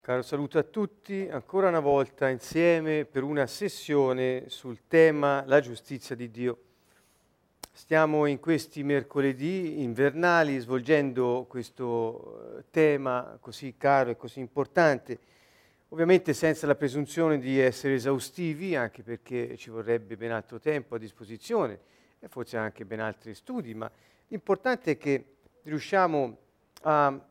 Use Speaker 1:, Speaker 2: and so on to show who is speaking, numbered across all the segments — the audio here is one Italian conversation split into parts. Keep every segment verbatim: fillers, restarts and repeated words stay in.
Speaker 1: Caro saluto a tutti, ancora una volta insieme per una sessione sul tema la giustizia di Dio. Stiamo in questi mercoledì invernali svolgendo questo eh, tema così caro e così importante, ovviamente senza la presunzione di essere esaustivi, anche perché ci vorrebbe ben altro tempo a disposizione e forse anche ben altri studi, ma l'importante è che riusciamo a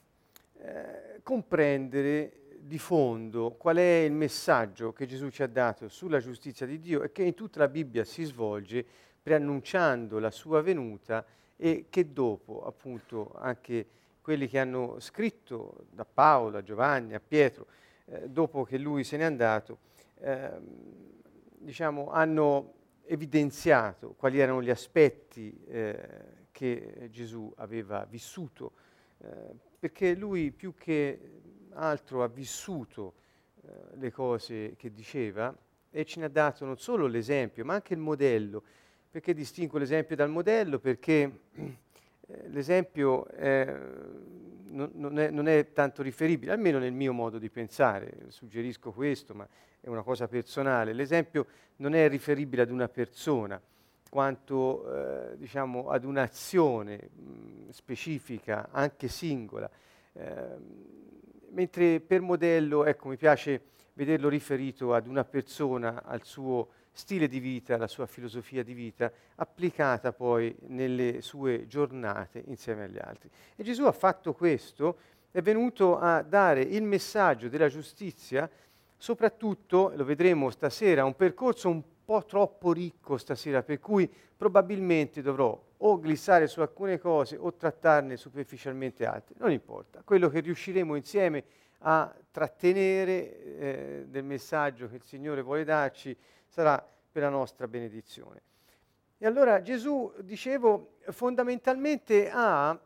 Speaker 1: eh, comprendere di fondo qual è il messaggio che Gesù ci ha dato sulla giustizia di Dio e che in tutta la Bibbia si svolge preannunciando la sua venuta e che dopo appunto anche quelli che hanno scritto da Paolo a Giovanni a Pietro, eh, dopo che lui se n'è andato, ehm, diciamo hanno evidenziato quali erano gli aspetti eh, che Gesù aveva vissuto, eh, perché lui più che altro ha vissuto eh, le cose che diceva e ce ne ha dato non solo l'esempio, ma anche il modello. Perché distingo l'esempio dal modello? Perché eh, l'esempio è, non, non, è, non è tanto riferibile, almeno nel mio modo di pensare, suggerisco questo, ma è una cosa personale. L'esempio non è riferibile ad una persona, quanto eh, diciamo ad un'azione mh, specifica, anche singola. Eh, mentre per modello, ecco, mi piace vederlo riferito ad una persona, al suo stile di vita, alla sua filosofia di vita, applicata poi nelle sue giornate insieme agli altri. E Gesù ha fatto questo, è venuto a dare il messaggio della giustizia, soprattutto, lo vedremo stasera, un percorso un po' troppo ricco stasera, per cui probabilmente dovrò o glissare su alcune cose o trattarne superficialmente altre, non importa. Quello che riusciremo insieme a trattenere eh, del messaggio che il Signore vuole darci sarà per la nostra benedizione. E allora Gesù, dicevo, fondamentalmente ha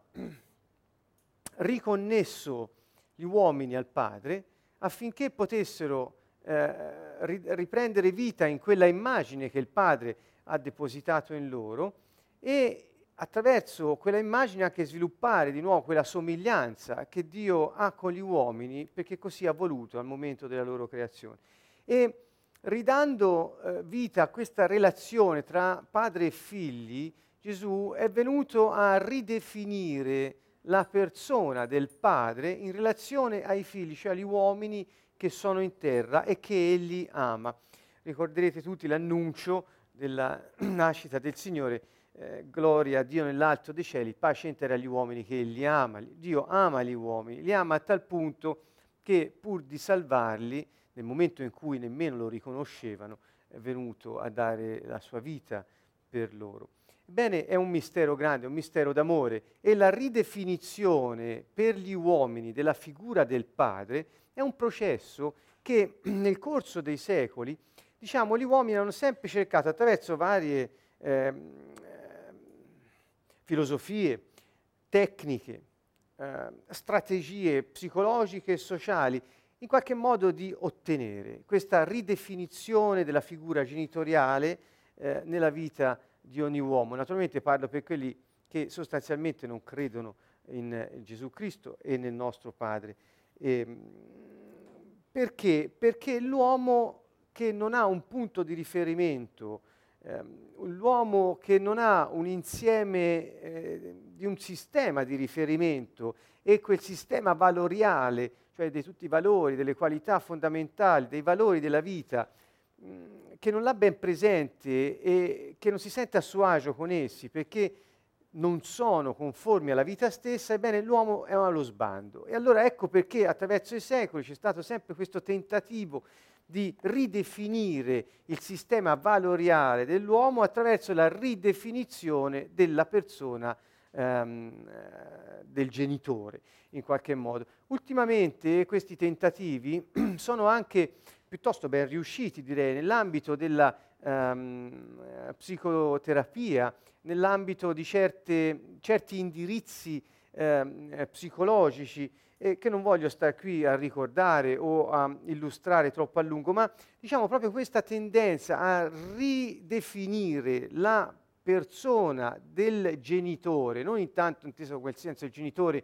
Speaker 1: riconnesso gli uomini al Padre affinché potessero eh, riprendere vita in quella immagine che il Padre ha depositato in loro e attraverso quella immagine anche sviluppare di nuovo quella somiglianza che Dio ha con gli uomini, perché così ha voluto al momento della loro creazione. E ridando eh, vita a questa relazione tra padre e figli, Gesù è venuto a ridefinire la persona del padre in relazione ai figli, cioè agli uomini che sono in terra e che egli ama. Ricorderete tutti l'annuncio della nascita del Signore, eh, gloria a Dio nell'alto dei cieli, pace in terra agli uomini che egli ama. Dio ama gli uomini, li ama a tal punto che pur di salvarli, nel momento in cui nemmeno lo riconoscevano, è venuto a dare la sua vita per loro. Ebbene, è un mistero grande, un mistero d'amore, e la ridefinizione per gli uomini della figura del Padre è un processo che nel corso dei secoli, diciamo, gli uomini hanno sempre cercato attraverso varie eh, filosofie, tecniche, eh, strategie psicologiche e sociali, in qualche modo di ottenere questa ridefinizione della figura genitoriale eh, nella vita di ogni uomo. Naturalmente parlo per quelli che sostanzialmente non credono in eh, Gesù Cristo e nel nostro Padre. E, perché? Perché l'uomo che non ha un punto di riferimento, ehm, l'uomo che non ha un insieme eh, di un sistema di riferimento e quel sistema valoriale, cioè di tutti i valori, delle qualità fondamentali, dei valori della vita, mh, che non l'ha ben presente e che non si sente a suo agio con essi perché non sono conformi alla vita stessa, ebbene l'uomo è allo sbando. E allora ecco perché attraverso i secoli c'è stato sempre questo tentativo di ridefinire il sistema valoriale dell'uomo attraverso la ridefinizione della persona ehm, del genitore, in qualche modo. Ultimamente questi tentativi sono anche piuttosto ben riusciti, direi, nell'ambito della ehm, psicoterapia, nell'ambito di certe, certi indirizzi ehm, psicologici, eh, che non voglio stare qui a ricordare o a illustrare troppo a lungo, ma diciamo proprio questa tendenza a ridefinire la persona del genitore, non intanto inteso in quel senso il genitore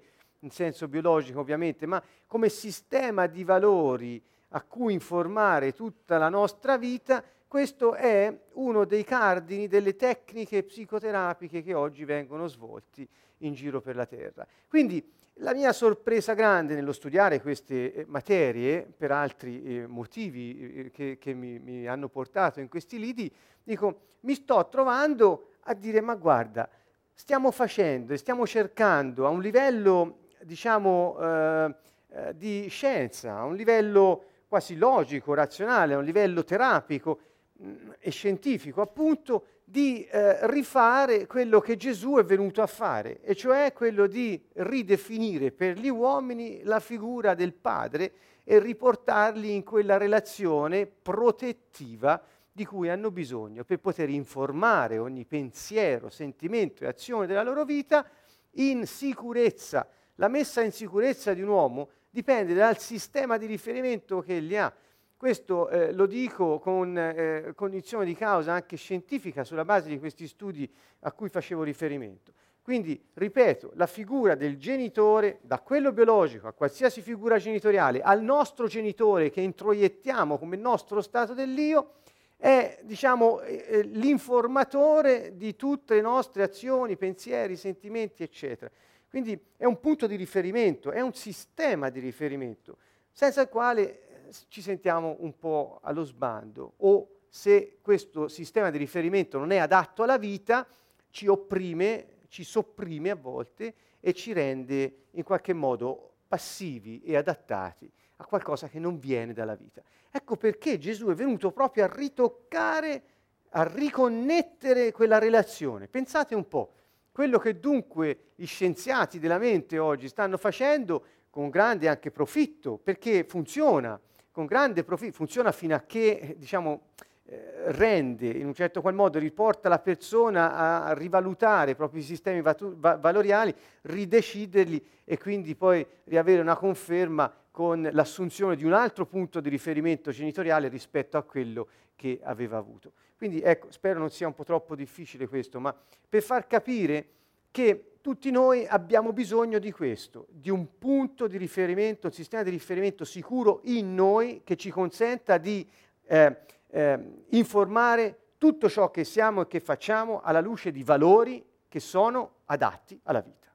Speaker 1: in senso biologico ovviamente, ma come sistema di valori a cui informare tutta la nostra vita, questo è uno dei cardini delle tecniche psicoterapiche che oggi vengono svolti in giro per la terra. Quindi la mia sorpresa grande nello studiare queste eh, materie, per altri eh, motivi eh, che, che mi, mi hanno portato in questi lidi, dico, mi sto trovando a dire, ma guarda, stiamo facendo e stiamo cercando a un livello, diciamo, eh, eh, di scienza, a un livello quasi logico, razionale, a un livello terapico mh, e scientifico, appunto, di eh, rifare quello che Gesù è venuto a fare, e cioè quello di ridefinire per gli uomini la figura del Padre e riportarli in quella relazione protettiva di cui hanno bisogno per poter informare ogni pensiero, sentimento e azione della loro vita in sicurezza. La messa in sicurezza di un uomo dipende dal sistema di riferimento che egli ha. Questo eh, lo dico con eh, cognizione di causa anche scientifica sulla base di questi studi a cui facevo riferimento. Quindi, ripeto, la figura del genitore, da quello biologico a qualsiasi figura genitoriale, al nostro genitore che introiettiamo come nostro stato dell'io, è, diciamo, eh, l'informatore di tutte le nostre azioni, pensieri, sentimenti, eccetera. Quindi è un punto di riferimento, è un sistema di riferimento, senza il quale ci sentiamo un po' allo sbando, o se questo sistema di riferimento non è adatto alla vita, ci opprime, ci sopprime a volte e ci rende in qualche modo passivi e adattati a qualcosa che non viene dalla vita. Ecco perché Gesù è venuto proprio a ritoccare, a riconnettere quella relazione. Pensate un po', quello che dunque gli scienziati della mente oggi stanno facendo con grande anche profitto, perché funziona, con grande profitto, funziona fino a che, diciamo, eh, rende, in un certo qual modo, riporta la persona a, a rivalutare i propri sistemi vatu- va- valoriali, rideciderli e quindi poi riavere una conferma con l'assunzione di un altro punto di riferimento genitoriale rispetto a quello che aveva avuto. Quindi ecco, spero non sia un po' troppo difficile questo, ma per far capire che tutti noi abbiamo bisogno di questo, di un punto di riferimento, un sistema di riferimento sicuro in noi che ci consenta di eh, eh, informare tutto ciò che siamo e che facciamo alla luce di valori che sono adatti alla vita.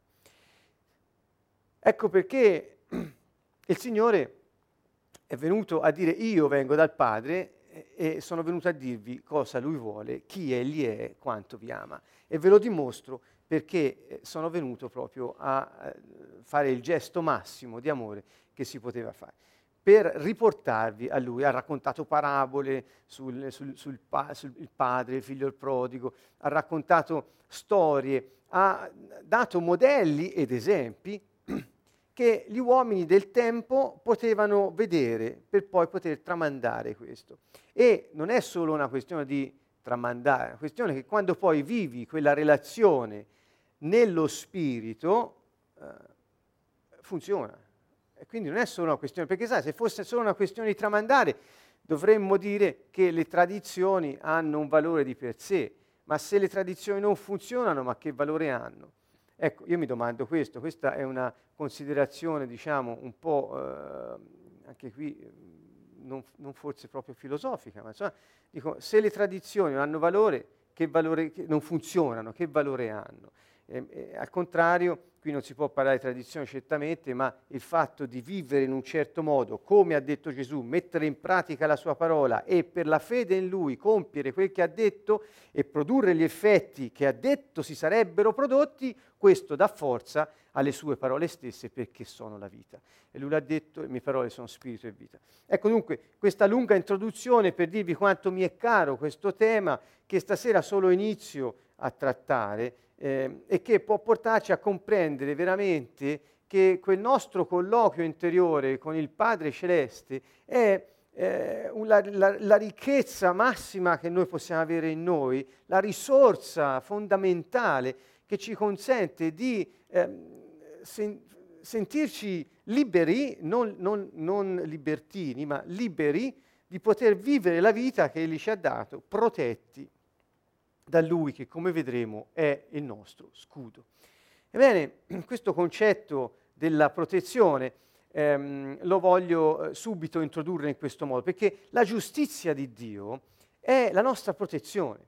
Speaker 1: Ecco perché il Signore è venuto a dire: io vengo dal Padre e sono venuto a dirvi cosa Lui vuole, chi Egli è, quanto vi ama. E ve lo dimostro perché sono venuto proprio a fare il gesto massimo di amore che si poteva fare, per riportarvi a Lui. Ha raccontato parabole sul, sul, sul, pa, sul il padre, il figlio il prodigo, ha raccontato storie, ha dato modelli ed esempi che gli uomini del tempo potevano vedere per poi poter tramandare questo. E non è solo una questione di tramandare, è una questione che quando poi vivi quella relazione nello spirito eh, funziona. E quindi non è solo una questione, perché sai, se fosse solo una questione di tramandare dovremmo dire che le tradizioni hanno un valore di per sé, ma se le tradizioni non funzionano, ma che valore hanno? Ecco, io mi domando questo, questa è una considerazione, diciamo, un po' eh, anche qui non, non forse proprio filosofica, ma insomma, dico, se le tradizioni non hanno valore, che valore, che non funzionano, che valore hanno? Eh, eh, al contrario, qui non si può parlare di tradizione certamente, ma il fatto di vivere in un certo modo, come ha detto Gesù, mettere in pratica la sua parola e per la fede in Lui compiere quel che ha detto e produrre gli effetti che ha detto si sarebbero prodotti, questo dà forza alle sue parole stesse perché sono la vita. E Lui l'ha detto, le mie parole sono spirito e vita. Ecco dunque questa lunga introduzione per dirvi quanto mi è caro questo tema che stasera solo inizio a trattare, Eh, e che può portarci a comprendere veramente che quel nostro colloquio interiore con il Padre Celeste è eh, la, la, la ricchezza massima che noi possiamo avere in noi, la risorsa fondamentale che ci consente di eh, sen- sentirci liberi, non, non, non libertini, ma liberi di poter vivere la vita che Egli ci ha dato, protetti da Lui che, come vedremo, è il nostro scudo. Ebbene, questo concetto della protezione, ehm, lo voglio subito introdurre in questo modo, perché la giustizia di Dio è la nostra protezione.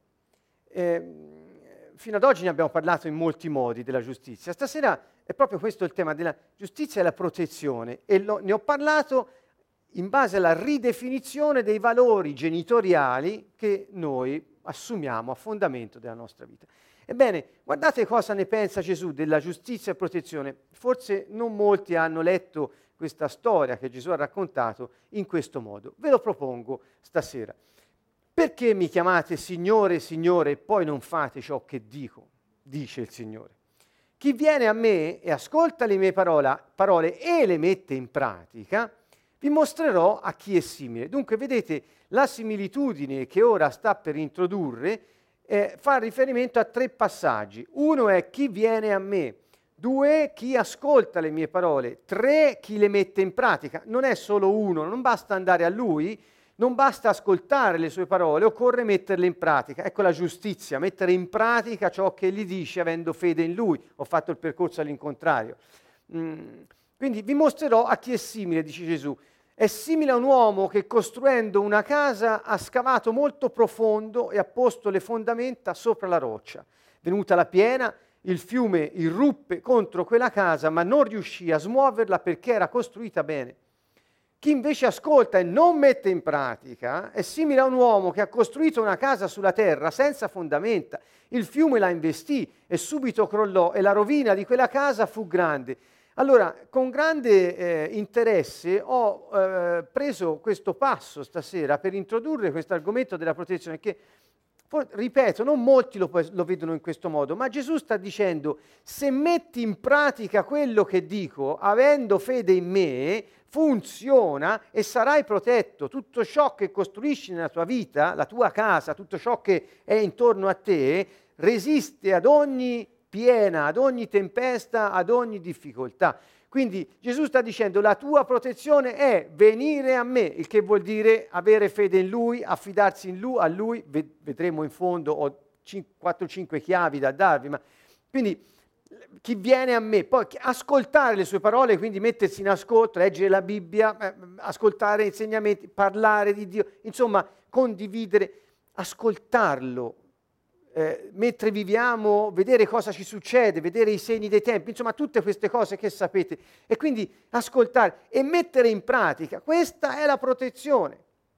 Speaker 1: Eh, fino ad oggi ne abbiamo parlato in molti modi della giustizia. Stasera è proprio questo il tema della giustizia e la protezione, e lo, ne ho parlato in base alla ridefinizione dei valori genitoriali che noi assumiamo a fondamento della nostra vita. Ebbene, guardate cosa ne pensa Gesù della giustizia e protezione. Forse non molti hanno letto questa storia che Gesù ha raccontato in questo modo. Ve lo propongo stasera. Perché mi chiamate Signore, Signore, e poi non fate ciò che dico? Dice il Signore. Chi viene a me e ascolta le mie parola, parole e le mette in pratica, vi mostrerò a chi è simile. Dunque, vedete, la similitudine che ora sta per introdurre eh, fa riferimento a tre passaggi. Uno è chi viene a me, due, chi ascolta le mie parole, tre, chi le mette in pratica. Non è solo uno, non basta andare a lui, non basta ascoltare le sue parole, occorre metterle in pratica. Ecco la giustizia, mettere in pratica ciò che gli dice avendo fede in lui. Ho fatto il percorso all'incontrario. Mm. Quindi vi mostrerò a chi è simile, dice Gesù. È simile a un uomo che costruendo una casa ha scavato molto profondo e ha posto le fondamenta sopra la roccia. Venuta la piena, il fiume irruppe contro quella casa, ma non riuscì a smuoverla perché era costruita bene. Chi invece ascolta e non mette in pratica è simile a un uomo che ha costruito una casa sulla terra senza fondamenta. Il fiume la investì e subito crollò e la rovina di quella casa fu grande. Allora, con grande eh, interesse ho eh, preso questo passo stasera per introdurre questo argomento della protezione che, ripeto, non molti lo, lo vedono in questo modo, ma Gesù sta dicendo: se metti in pratica quello che dico, avendo fede in me, funziona e sarai protetto. Tutto ciò che costruisci nella tua vita, la tua casa, tutto ciò che è intorno a te, resiste ad ogni piena, ad ogni tempesta, ad ogni difficoltà. Quindi Gesù sta dicendo: la tua protezione è venire a me, il che vuol dire avere fede in Lui, affidarsi in lui, a Lui. Vedremo in fondo, ho quattro cinque chiavi da darvi, ma quindi chi viene a me, poi ascoltare le sue parole, quindi mettersi in ascolto, leggere la Bibbia, eh, ascoltare insegnamenti, parlare di Dio, insomma condividere, ascoltarlo, eh, mentre viviamo, vedere cosa ci succede, vedere i segni dei tempi, insomma tutte queste cose che sapete, e quindi ascoltare e mettere in pratica. Questa è la protezione.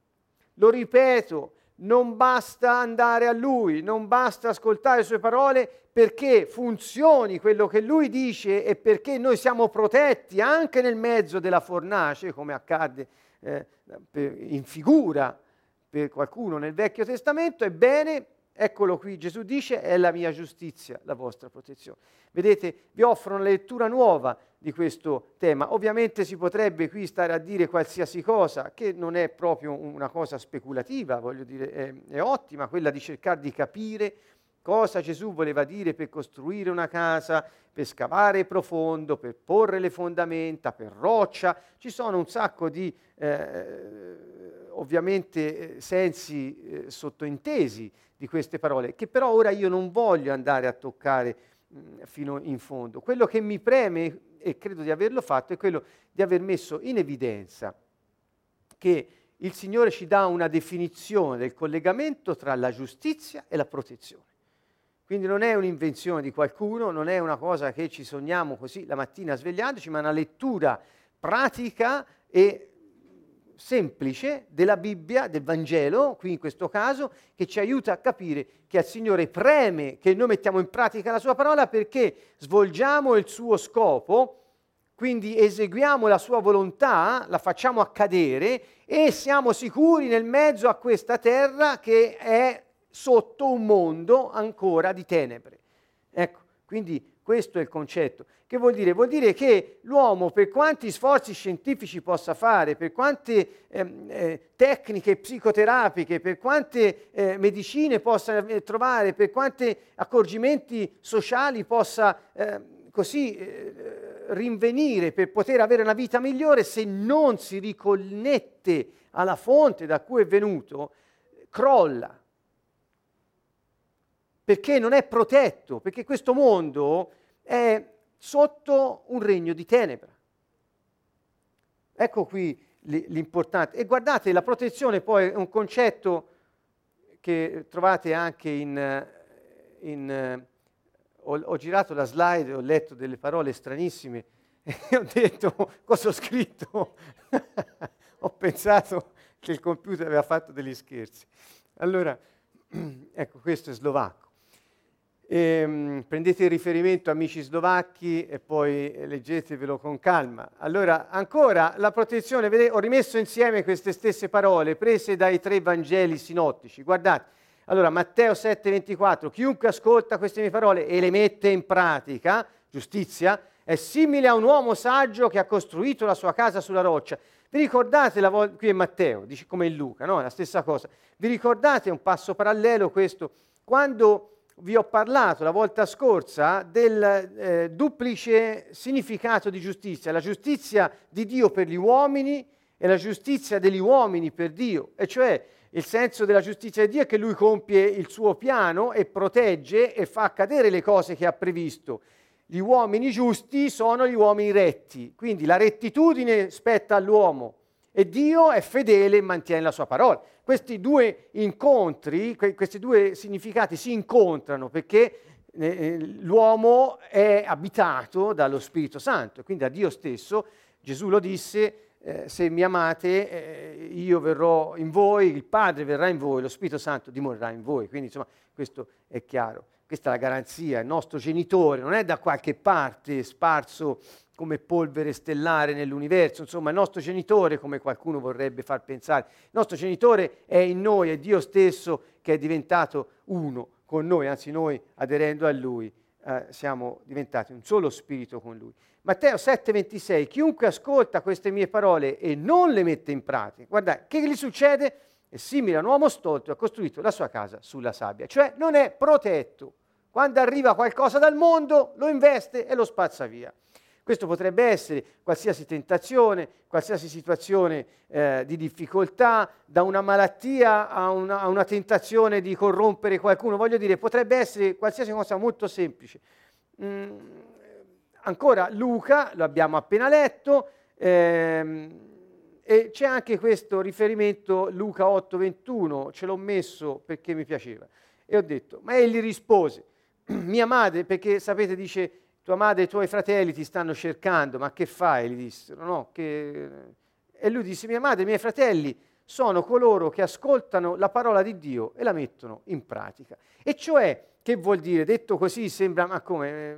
Speaker 1: Lo ripeto, non basta andare a Lui, non basta ascoltare le sue parole perché funzioni quello che Lui dice e perché noi siamo protetti anche nel mezzo della fornace, come accadde eh, in figura per qualcuno nel Vecchio Testamento. Ebbene, eccolo qui, Gesù dice: è la mia giustizia, la vostra protezione. Vedete, vi offro una lettura nuova di questo tema. Ovviamente si potrebbe qui stare a dire qualsiasi cosa, che non è proprio una cosa speculativa, voglio dire, è, è ottima quella di cercare di capire cosa Gesù voleva dire per costruire una casa, per scavare profondo, per porre le fondamenta, per roccia. Ci sono un sacco di, eh, ovviamente, sensi eh, sottointesi di queste parole, che però ora io non voglio andare a toccare mh, fino in fondo. Quello che mi preme, e credo di averlo fatto, è quello di aver messo in evidenza che il Signore ci dà una definizione del collegamento tra la giustizia e la protezione. Quindi non è un'invenzione di qualcuno, non è una cosa che ci sogniamo così la mattina svegliandoci, ma una lettura pratica e semplice della Bibbia, del Vangelo, qui in questo caso, che ci aiuta a capire che al Signore preme che noi mettiamo in pratica la sua parola perché svolgiamo il suo scopo, quindi eseguiamo la sua volontà, la facciamo accadere e siamo sicuri nel mezzo a questa terra che è sotto un mondo ancora di tenebre. Ecco, quindi questo è il concetto. Che vuol dire? Vuol dire che l'uomo, per quanti sforzi scientifici possa fare, per quante ehm, eh, tecniche psicoterapiche, per quante eh, medicine possa eh, trovare, per quanti accorgimenti sociali possa eh, così eh, rinvenire per poter avere una vita migliore, se non si riconnette alla fonte da cui è venuto, crolla. Perché non è protetto, perché questo mondo è sotto un regno di tenebra. Ecco qui l'importante. E guardate, la protezione poi è un concetto che trovate anche in... in ho, ho girato la slide, ho letto delle parole stranissime e ho detto, cosa ho scritto? Ho pensato che il computer aveva fatto degli scherzi. Allora, ecco, questo è slovacco. E, prendete il riferimento, amici slovacchi, e poi leggetevelo con calma. Allora, ancora, la protezione, vedete, ho rimesso insieme queste stesse parole prese dai tre Vangeli sinottici. Guardate, allora, Matteo sette ventiquattro, chiunque ascolta queste mie parole e le mette in pratica, giustizia, è simile a un uomo saggio che ha costruito la sua casa sulla roccia. Vi ricordate, la vo- qui è Matteo, dice come in Luca, no? È la stessa cosa. Vi ricordate un passo parallelo questo? Quando vi ho parlato la volta scorsa del eh, duplice significato di giustizia, la giustizia di Dio per gli uomini e la giustizia degli uomini per Dio, e cioè il senso della giustizia di Dio è che Lui compie il suo piano e protegge e fa accadere le cose che ha previsto. Gli uomini giusti sono gli uomini retti, quindi la rettitudine spetta all'uomo e Dio è fedele e mantiene la sua parola. Questi due incontri, questi due significati si incontrano perché eh, l'uomo è abitato dallo Spirito Santo, quindi a Dio stesso. Gesù lo disse, eh, se mi amate eh, io verrò in voi, il Padre verrà in voi, lo Spirito Santo dimorerà in voi, quindi insomma questo è chiaro. Questa è la garanzia, il nostro genitore non è da qualche parte sparso come polvere stellare nell'universo, insomma il nostro genitore, come qualcuno vorrebbe far pensare, il nostro genitore è in noi, è Dio stesso che è diventato uno con noi, anzi noi aderendo a Lui eh, siamo diventati un solo spirito con Lui. Matteo sette ventisei, chiunque ascolta queste mie parole e non le mette in pratica, guardate, che gli succede? È simile a un uomo stolto che ha costruito la sua casa sulla sabbia, cioè non è protetto. Quando arriva qualcosa dal mondo lo investe e lo spazza via. Questo potrebbe essere qualsiasi tentazione, qualsiasi situazione eh, di difficoltà, da una malattia a una, a una tentazione di corrompere qualcuno. Voglio dire, potrebbe essere qualsiasi cosa molto semplice. Mm, ancora Luca, lo abbiamo appena letto, ehm, e c'è anche questo riferimento, Luca otto ventuno, ce l'ho messo perché mi piaceva. E ho detto, ma egli rispose, mia madre, perché sapete, dice, tua madre e i tuoi fratelli ti stanno cercando, ma che fai? Gli dissero, no? Che... E lui disse, mia madre e i miei fratelli sono coloro che ascoltano la parola di Dio e la mettono in pratica. E cioè, che vuol dire? Detto così sembra, ma come?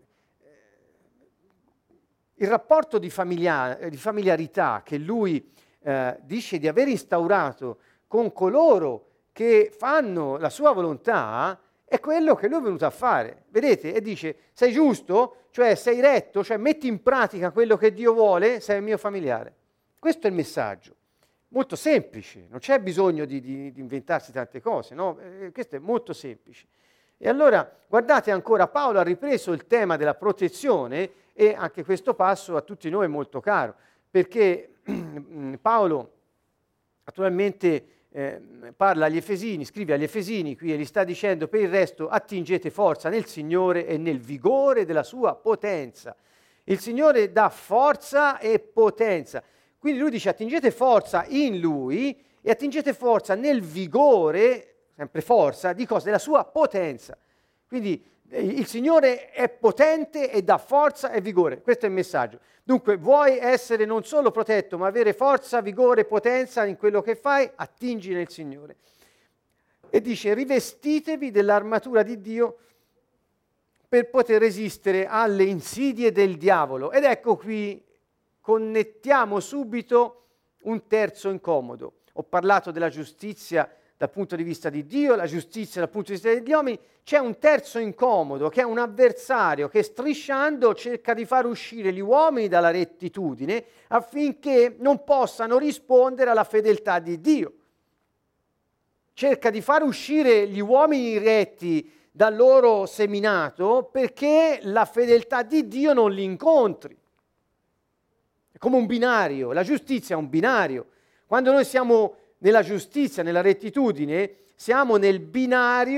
Speaker 1: Il rapporto di, famiglia... di familiarità che lui eh, dice di aver instaurato con coloro che fanno la sua volontà è quello che lui è venuto a fare, vedete? E dice, sei giusto? Cioè sei retto? Cioè metti in pratica quello che Dio vuole? Sei il mio familiare. Questo è il messaggio. Molto semplice, non c'è bisogno di, di, di inventarsi tante cose, no? Eh, questo è molto semplice. E allora, guardate ancora, Paolo ha ripreso il tema della protezione e anche questo passo a tutti noi è molto caro, perché Paolo naturalmente Eh, parla agli Efesini, scrive agli Efesini qui e gli sta dicendo per il resto attingete forza nel Signore e nel vigore della sua potenza. Il Signore dà forza e potenza, quindi lui dice attingete forza in Lui e attingete forza nel vigore, sempre forza, di cosa? Della sua potenza. Quindi eh, il Signore è potente e dà forza e vigore, questo è il messaggio. Dunque, vuoi essere non solo protetto, ma avere forza, vigore, potenza in quello che fai, attingi nel Signore. E dice, rivestitevi dell'armatura di Dio per poter resistere alle insidie del diavolo. Ed ecco qui, connettiamo subito un terzo incomodo. Ho parlato della giustizia dal punto di vista di Dio, la giustizia dal punto di vista degli uomini, c'è un terzo incomodo che è un avversario che strisciando cerca di far uscire gli uomini dalla rettitudine affinché non possano rispondere alla fedeltà di Dio. Cerca di far uscire gli uomini retti dal loro seminato perché la fedeltà di Dio non li incontri. È come un binario, la giustizia è un binario. Quando noi siamo nella giustizia, nella rettitudine, siamo nel binario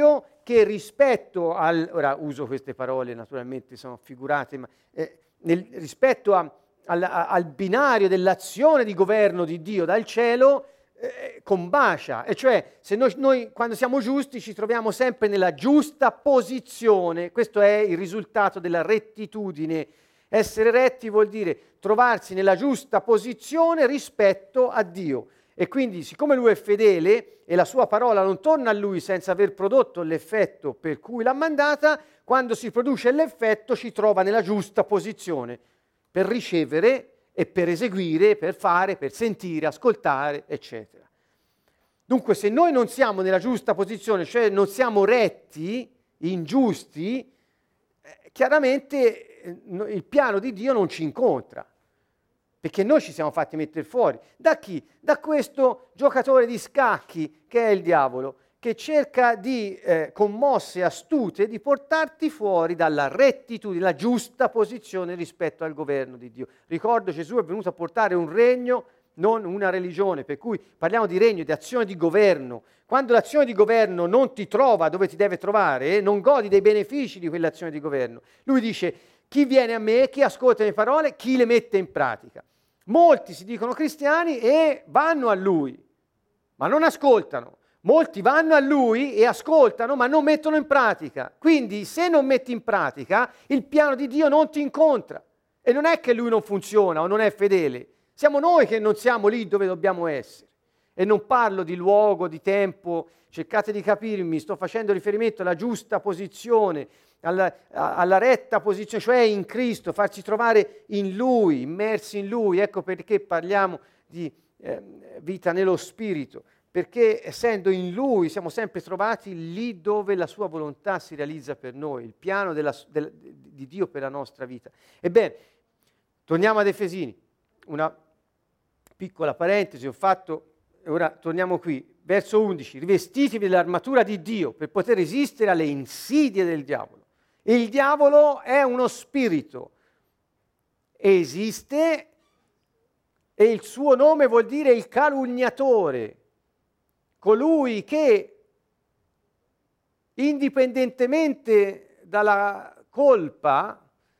Speaker 1: che rispetto al, ora uso queste parole, naturalmente sono figurate, ma eh, nel, rispetto a, al, a, al binario dell'azione di governo di Dio dal cielo, eh, combacia, e cioè se noi, noi quando siamo giusti ci troviamo sempre nella giusta posizione. Questo è il risultato della rettitudine. Essere retti vuol dire trovarsi nella giusta posizione rispetto a Dio. E quindi, siccome lui è fedele e la sua parola non torna a lui senza aver prodotto l'effetto per cui l'ha mandata, quando si produce l'effetto ci trova nella giusta posizione per ricevere e per eseguire, per fare, per sentire, ascoltare, eccetera. Dunque, se noi non siamo nella giusta posizione, cioè non siamo retti, ingiusti, eh, chiaramente eh, il piano di Dio non ci incontra. Perché noi ci siamo fatti mettere fuori. Da chi? Da questo giocatore di scacchi che è il diavolo, che cerca di, eh, con mosse astute, di portarti fuori dalla rettitudine, la giusta posizione rispetto al governo di Dio. Ricordo, Gesù è venuto a portare un regno, non una religione, per cui parliamo di regno, di azione di governo. Quando l'azione di governo non ti trova dove ti deve trovare, eh, non godi dei benefici di quell'azione di governo. Lui dice, chi viene a me, chi ascolta le mie parole, chi le mette in pratica. Molti si dicono cristiani e vanno a lui, ma non ascoltano. Molti vanno a lui e ascoltano, ma non mettono in pratica. Quindi, se non metti in pratica, il piano di Dio non ti incontra. E non è che lui non funziona o non è fedele. Siamo noi che non siamo lì dove dobbiamo essere. E non parlo di luogo, di tempo, cercate di capirmi, sto facendo riferimento alla giusta posizione, alla, alla retta posizione, cioè in Cristo, farci trovare in Lui, immersi in Lui. Ecco perché parliamo di eh, vita nello Spirito, perché essendo in Lui siamo sempre trovati lì dove la Sua volontà si realizza per noi, il piano della, del, di Dio per la nostra vita. Ebbene, torniamo ad Efesini, una piccola parentesi ho fatto, e ora torniamo qui. Verso undici, rivestitevi dell'armatura di Dio per poter resistere alle insidie del diavolo. Il diavolo è uno spirito, esiste e il suo nome vuol dire il calunniatore, colui che indipendentemente dalla colpa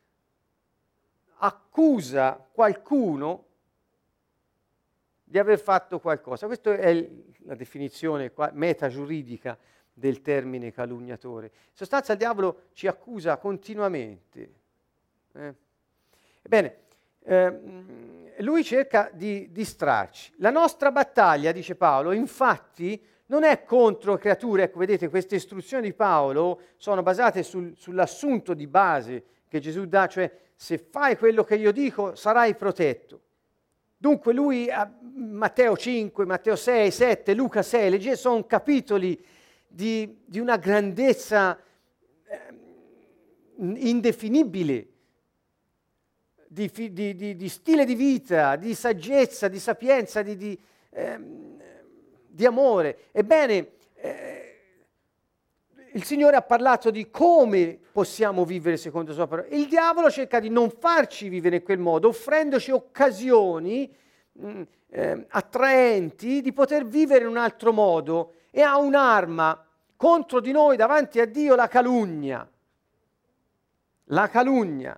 Speaker 1: accusa qualcuno di aver fatto qualcosa. Questa è il, la definizione metagiuridica del termine calunniatore. In sostanza il diavolo ci accusa continuamente. Eh? Ebbene, eh, lui cerca di distrarci. La nostra battaglia, dice Paolo, infatti non è contro creature. Ecco, vedete, queste istruzioni di Paolo sono basate sul, sull'assunto di base che Gesù dà, cioè se fai quello che io dico sarai protetto. Dunque lui, a Matteo cinque, Matteo sei, sette, Luca sei, legge, sono capitoli di, di una grandezza eh, indefinibile, di, di, di, di stile di vita, di saggezza, di sapienza, di, di, ehm, di amore. Ebbene, eh, il Signore ha parlato di come possiamo vivere secondo la sua parola. Il diavolo cerca di non farci vivere in quel modo, offrendoci occasioni mh, eh, attraenti di poter vivere in un altro modo, e ha un'arma contro di noi davanti a Dio, la calunnia. La calunnia.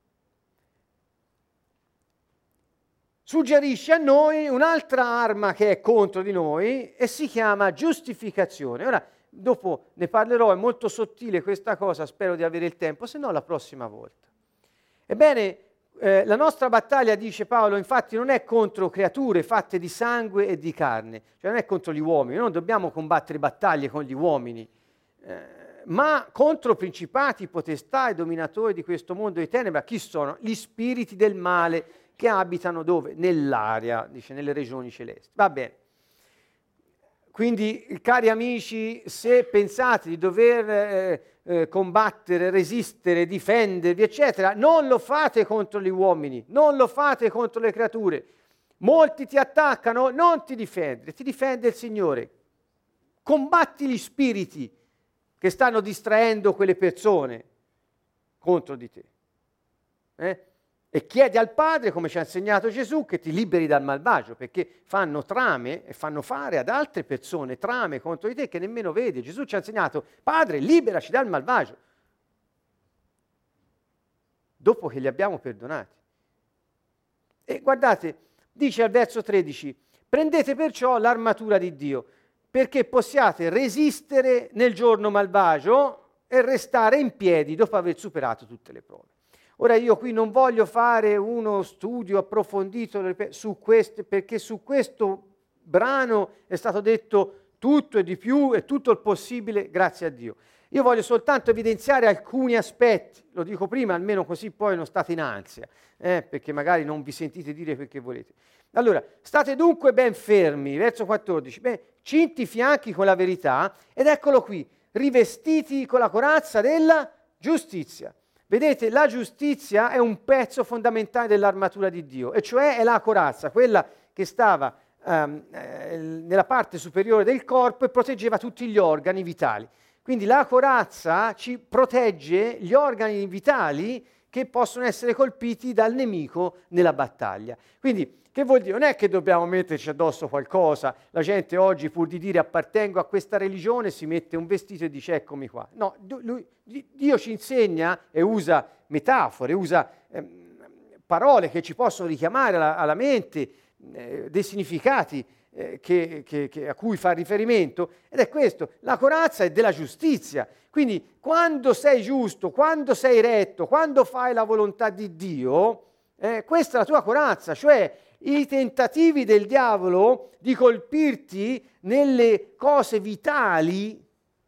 Speaker 1: Suggerisce a noi un'altra arma che è contro di noi e si chiama giustificazione. Ora, dopo ne parlerò, è molto sottile questa cosa, spero di avere il tempo, se no la prossima volta. Ebbene, eh, la nostra battaglia, dice Paolo, infatti non è contro creature fatte di sangue e di carne, cioè non è contro gli uomini, noi non dobbiamo combattere battaglie con gli uomini, eh, ma contro principati, potestà e dominatori di questo mondo di tenebra. Chi sono? Gli spiriti del male che abitano dove? Nell'aria, dice, nelle regioni celesti. Va bene. Quindi, cari amici, se pensate di dover eh, eh, combattere, resistere, difendervi, eccetera, non lo fate contro gli uomini, non lo fate contro le creature. Molti ti attaccano, non ti difendere, ti difende il Signore. Combatti gli spiriti che stanno distraendo quelle persone contro di te. Eh? e chiedi al Padre, come ci ha insegnato Gesù, che ti liberi dal malvagio, perché fanno trame e fanno fare ad altre persone trame contro di te che nemmeno vedi. Gesù ci ha insegnato, Padre, liberaci dal malvagio, dopo che li abbiamo perdonati. E guardate, dice al verso tredici, prendete perciò l'armatura di Dio, perché possiate resistere nel giorno malvagio e restare in piedi dopo aver superato tutte le prove. Ora io qui non voglio fare uno studio approfondito su questo, perché su questo brano è stato detto tutto e di più e tutto il possibile, grazie a Dio. Io voglio soltanto evidenziare alcuni aspetti, lo dico prima, almeno così poi non state in ansia, eh, perché magari non vi sentite dire perché volete. Allora, state dunque ben fermi, verso quattordici, beh, cinti i fianchi con la verità, ed eccolo qui, rivestiti con la corazza della giustizia. Vedete, la giustizia è un pezzo fondamentale dell'armatura di Dio, e cioè è la corazza, quella che stava um, eh, nella parte superiore del corpo e proteggeva tutti gli organi vitali. Quindi la corazza ci protegge gli organi vitali che possono essere colpiti dal nemico nella battaglia. Quindi, che vuol dire? Non è che dobbiamo metterci addosso qualcosa. La gente oggi, pur di dire appartengo a questa religione, si mette un vestito e dice eccomi qua. No, lui, Dio ci insegna e usa metafore, usa eh, parole che ci possono richiamare alla, alla mente eh, dei significati eh, che, che, che, a cui fa riferimento. Ed è questo, la corazza è della giustizia. Quindi quando sei giusto, quando sei retto, quando fai la volontà di Dio, eh, questa è la tua corazza, cioè i tentativi del diavolo di colpirti nelle cose vitali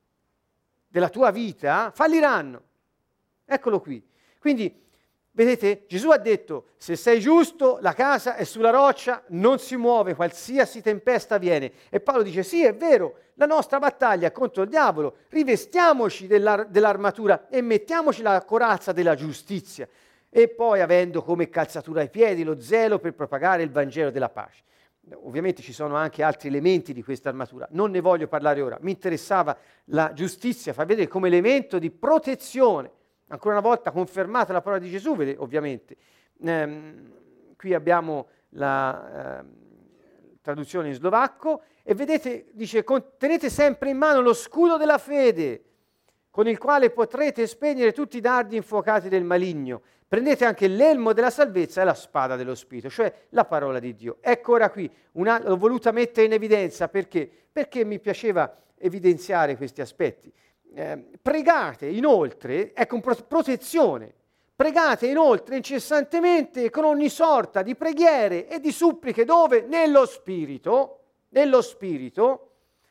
Speaker 1: della tua vita falliranno. Eccolo qui. Quindi, vedete, Gesù ha detto, se sei giusto, la casa è sulla roccia, non si muove, qualsiasi tempesta viene. E Paolo dice, sì, è vero, la nostra battaglia è contro il diavolo, rivestiamoci dell'ar- dell'armatura e mettiamoci la corazza della giustizia. E poi avendo come calzatura ai piedi lo zelo per propagare il Vangelo della pace. Ovviamente ci sono anche altri elementi di questa armatura, non ne voglio parlare ora. Mi interessava la giustizia, fa vedere come elemento di protezione, ancora una volta confermata la parola di Gesù, vedete, ovviamente. Ehm, qui abbiamo la eh, traduzione in slovacco e vedete, dice, tenete sempre in mano lo scudo della fede, con il quale potrete spegnere tutti i dardi infuocati del maligno. Prendete anche l'elmo della salvezza e la spada dello Spirito, cioè la parola di Dio. Ecco ora qui, una, l'ho voluta mettere in evidenza perché? Perché mi piaceva evidenziare questi aspetti. Eh, pregate inoltre, ecco, pro- protezione, pregate inoltre incessantemente con ogni sorta di preghiere e di suppliche, dove? Nello Spirito, nello Spirito,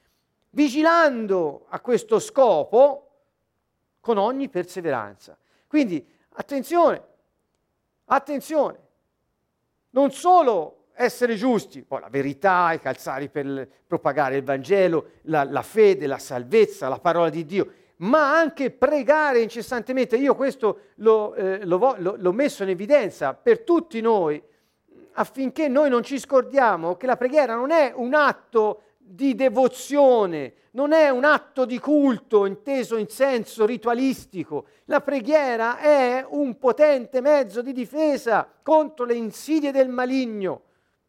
Speaker 1: vigilando a questo scopo con ogni perseveranza. Quindi, attenzione, attenzione, non solo essere giusti, poi la verità, i calzari per propagare il Vangelo, la, la fede, la salvezza, la parola di Dio, ma anche pregare incessantemente. Io questo l'ho, eh, l'ho, l'ho messo in evidenza per tutti noi, affinché noi non ci scordiamo che la preghiera non è un atto di devozione, non è un atto di culto inteso in senso ritualistico. La preghiera è un potente mezzo di difesa contro le insidie del maligno.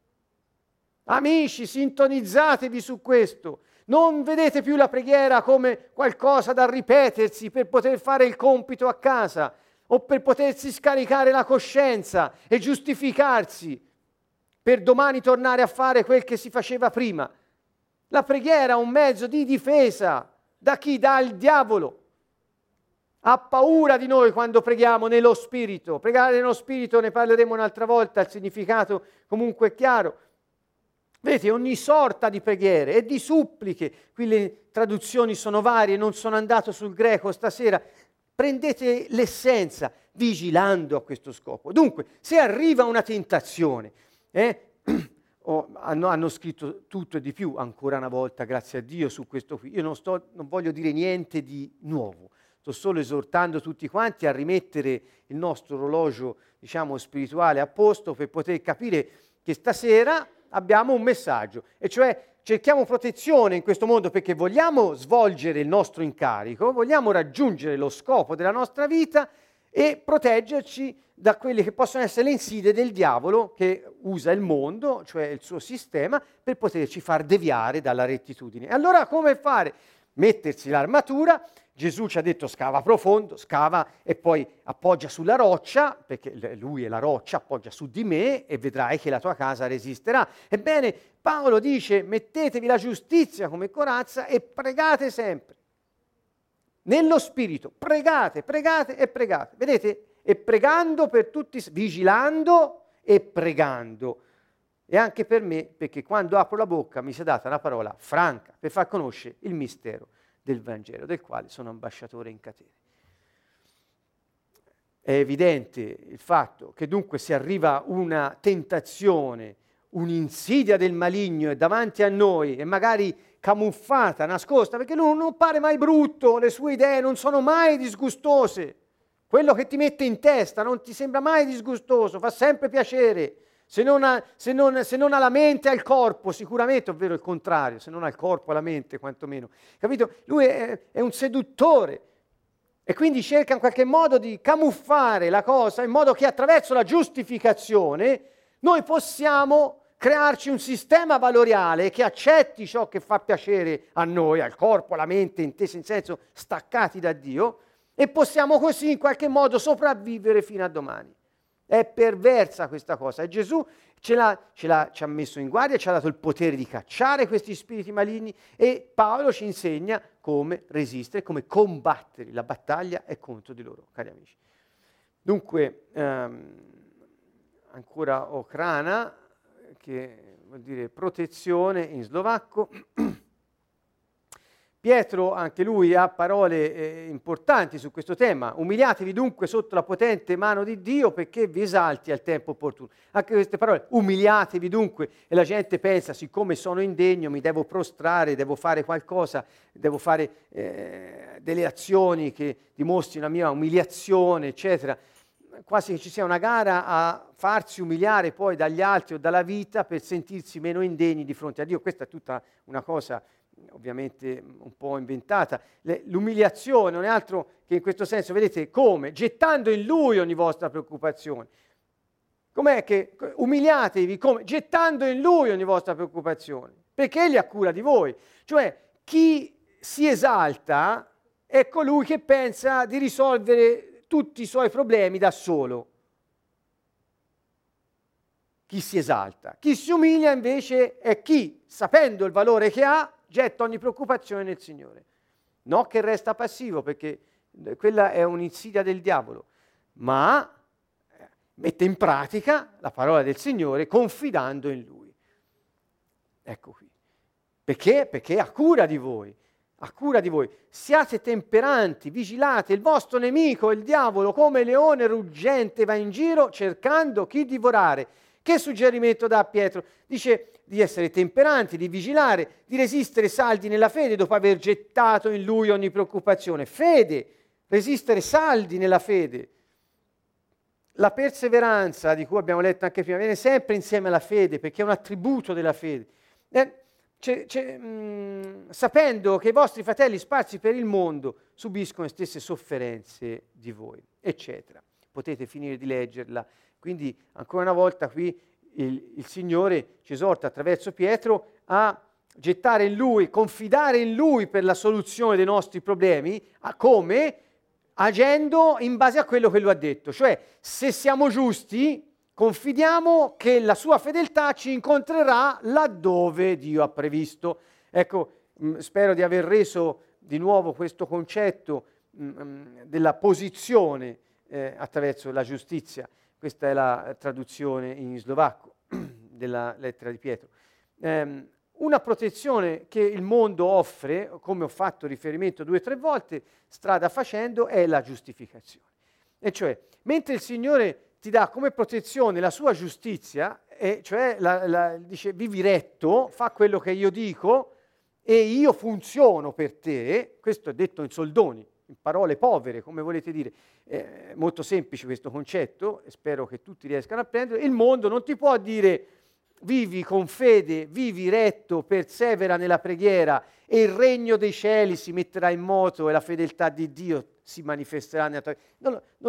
Speaker 1: Amici, sintonizzatevi su questo. Non vedete più la preghiera come qualcosa da ripetersi per poter fare il compito a casa o per potersi scaricare la coscienza e giustificarsi per domani tornare a fare quel che si faceva prima. La preghiera è un mezzo di difesa da chi? Dal diavolo. Ha paura di noi quando preghiamo nello Spirito. Pregare nello Spirito, ne parleremo un'altra volta, il significato comunque è chiaro. Vedete, ogni sorta di preghiere e di suppliche, qui le traduzioni sono varie, non sono andato sul greco stasera, prendete l'essenza, vigilando a questo scopo. Dunque, se arriva una tentazione, eh, Oh, hanno, hanno scritto tutto e di più, ancora una volta, grazie a Dio, su questo qui. Io non, sto, non voglio dire niente di nuovo, sto solo esortando tutti quanti a rimettere il nostro orologio, diciamo, spirituale a posto per poter capire che stasera abbiamo un messaggio, e cioè cerchiamo protezione in questo mondo perché vogliamo svolgere il nostro incarico, vogliamo raggiungere lo scopo della nostra vita e proteggerci da quelle che possono essere le insidie del diavolo che usa il mondo, cioè il suo sistema, per poterci far deviare dalla rettitudine. E allora come fare? Mettersi l'armatura. Gesù ci ha detto scava profondo, scava e poi appoggia sulla roccia, perché lui è la roccia, appoggia su di me e vedrai che la tua casa resisterà. Ebbene, Paolo dice mettetevi la giustizia come corazza e pregate sempre. Nello spirito, pregate, pregate e pregate. Vedete? E pregando per tutti, vigilando e pregando. E anche per me, perché quando apro la bocca mi sia data una parola franca per far conoscere il mistero del Vangelo, del quale sono ambasciatore in catene. È evidente il fatto che dunque se arriva una tentazione, un'insidia del maligno è davanti a noi e magari camuffata, nascosta, perché lui non pare mai brutto, le sue idee non sono mai disgustose. Quello che ti mette in testa non ti sembra mai disgustoso, fa sempre piacere. Se non, ha, se, non, se non ha la mente, ha il corpo, sicuramente, ovvero il contrario, se non ha il corpo, ha la mente, quantomeno. Capito? Lui è, è un seduttore e quindi cerca in qualche modo di camuffare la cosa in modo che attraverso la giustificazione noi possiamo crearci un sistema valoriale che accetti ciò che fa piacere a noi, al corpo, alla mente, inteso in senso staccati da Dio, e possiamo così in qualche modo sopravvivere fino a domani. È perversa questa cosa e Gesù ce l'ha, ce l'ha, ci ha messo in guardia, ci ha dato il potere di cacciare questi spiriti maligni e Paolo ci insegna come resistere, come combattere. La battaglia è contro di loro, cari amici. Dunque, ehm, ancora ochrana, che vuol dire protezione in slovacco. Pietro, anche lui, ha parole eh, importanti su questo tema. Umiliatevi dunque sotto la potente mano di Dio perché vi esalti al tempo opportuno. Anche queste parole, umiliatevi dunque, e la gente pensa, siccome sono indegno mi devo prostrare, devo fare qualcosa, devo fare eh, delle azioni che dimostrino la mia umiliazione, eccetera. Quasi che ci sia una gara a farsi umiliare poi dagli altri o dalla vita per sentirsi meno indegni di fronte a Dio. Questa è tutta una cosa ovviamente un po' inventata. Le, l'umiliazione non è altro che in questo senso, vedete come? Gettando in Lui ogni vostra preoccupazione. Com'è che umiliatevi? Come? Gettando in Lui ogni vostra preoccupazione, perché Egli ha cura di voi. Cioè, chi si esalta è colui che pensa di risolvere tutti i suoi problemi da solo. Chi si esalta. Chi si umilia invece è chi, sapendo il valore che ha, getta ogni preoccupazione nel Signore. No che resta passivo, perché quella è un'insidia del diavolo, ma mette in pratica la parola del Signore confidando in Lui. Ecco qui. Perché? Perché ha cura di voi. Ha cura di voi. Siate temperanti, vigilate. Il vostro nemico, il diavolo, come leone ruggente va in giro cercando chi divorare. Che suggerimento dà Pietro? Dice di essere temperanti, di vigilare, di resistere saldi nella fede dopo aver gettato in Lui ogni preoccupazione. Fede, resistere saldi nella fede. La perseveranza, di cui abbiamo letto anche prima, viene sempre insieme alla fede, perché è un attributo della fede. Eh, c'è, c'è, mh, sapendo che i vostri fratelli sparsi per il mondo subiscono le stesse sofferenze di voi, eccetera. Potete finire di leggerla. Quindi, ancora una volta, qui il, il Signore ci esorta attraverso Pietro a gettare in Lui, confidare in Lui per la soluzione dei nostri problemi, a come? Agendo in base a quello che Lui ha detto. Cioè, se siamo giusti, confidiamo che la sua fedeltà ci incontrerà laddove Dio ha previsto. Ecco, mh, spero di aver reso di nuovo questo concetto mh, della posizione eh, attraverso la giustizia. Questa è la traduzione in slovacco della lettera di Pietro. Um, una protezione che il mondo offre, come ho fatto riferimento due o tre volte, strada facendo, è la giustificazione. E cioè, mentre il Signore ti dà come protezione la sua giustizia, e cioè la, la, dice vivi retto, fa quello che io dico e io funziono per te, questo è detto in soldoni, in parole povere, come volete dire, è molto semplice questo concetto e spero che tutti riescano a prendere. Il mondo non ti può dire vivi con fede, vivi retto, persevera nella preghiera e il regno dei cieli si metterà in moto e la fedeltà di Dio si manifesterà nella tua vita. Non lo, non lo,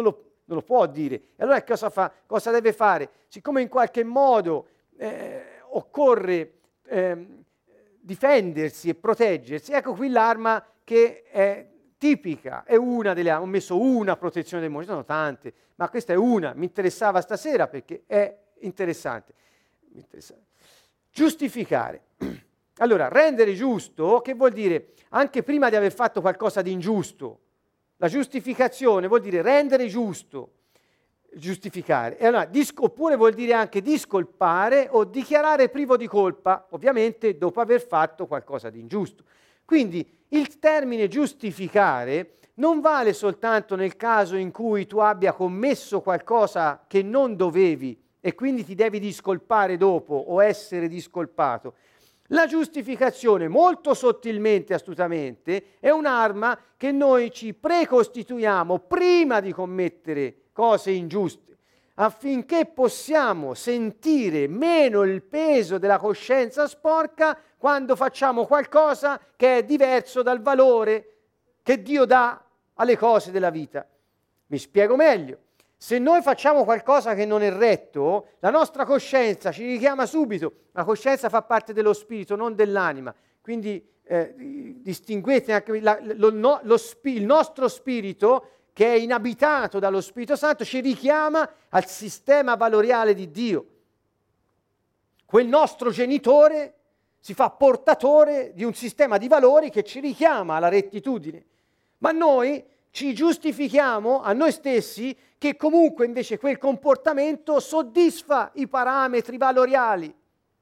Speaker 1: non lo può dire. E allora cosa fa? Cosa deve fare? Siccome in qualche modo eh, occorre eh, difendersi e proteggersi, ecco qui l'arma che è tipica, è una delle armi. Ho messo una protezione del mondo, ci sono tante, ma questa è una, mi interessava stasera perché è interessante. interessante. Giustificare. Allora, rendere giusto, che vuol dire anche prima di aver fatto qualcosa di ingiusto. La giustificazione vuol dire rendere giusto, giustificare. E allora, disco, oppure vuol dire anche discolpare o dichiarare privo di colpa, ovviamente dopo aver fatto qualcosa di ingiusto. Quindi il termine giustificare non vale soltanto nel caso in cui tu abbia commesso qualcosa che non dovevi e quindi ti devi discolpare dopo o essere discolpato. La giustificazione, molto sottilmente e astutamente, è un'arma che noi ci precostituiamo prima di commettere cose ingiuste, affinché possiamo sentire meno il peso della coscienza sporca quando facciamo qualcosa che è diverso dal valore che Dio dà alle cose della vita. Mi spiego meglio. Se noi facciamo qualcosa che non è retto, la nostra coscienza ci richiama subito. La coscienza fa parte dello spirito, non dell'anima. Quindi eh, distinguete anche la, lo, no, lo spi, il nostro spirito, che è inabitato dallo Spirito Santo, ci richiama al sistema valoriale di Dio. Quel nostro genitore si fa portatore di un sistema di valori che ci richiama alla rettitudine. Ma noi ci giustifichiamo a noi stessi che comunque invece quel comportamento soddisfa i parametri valoriali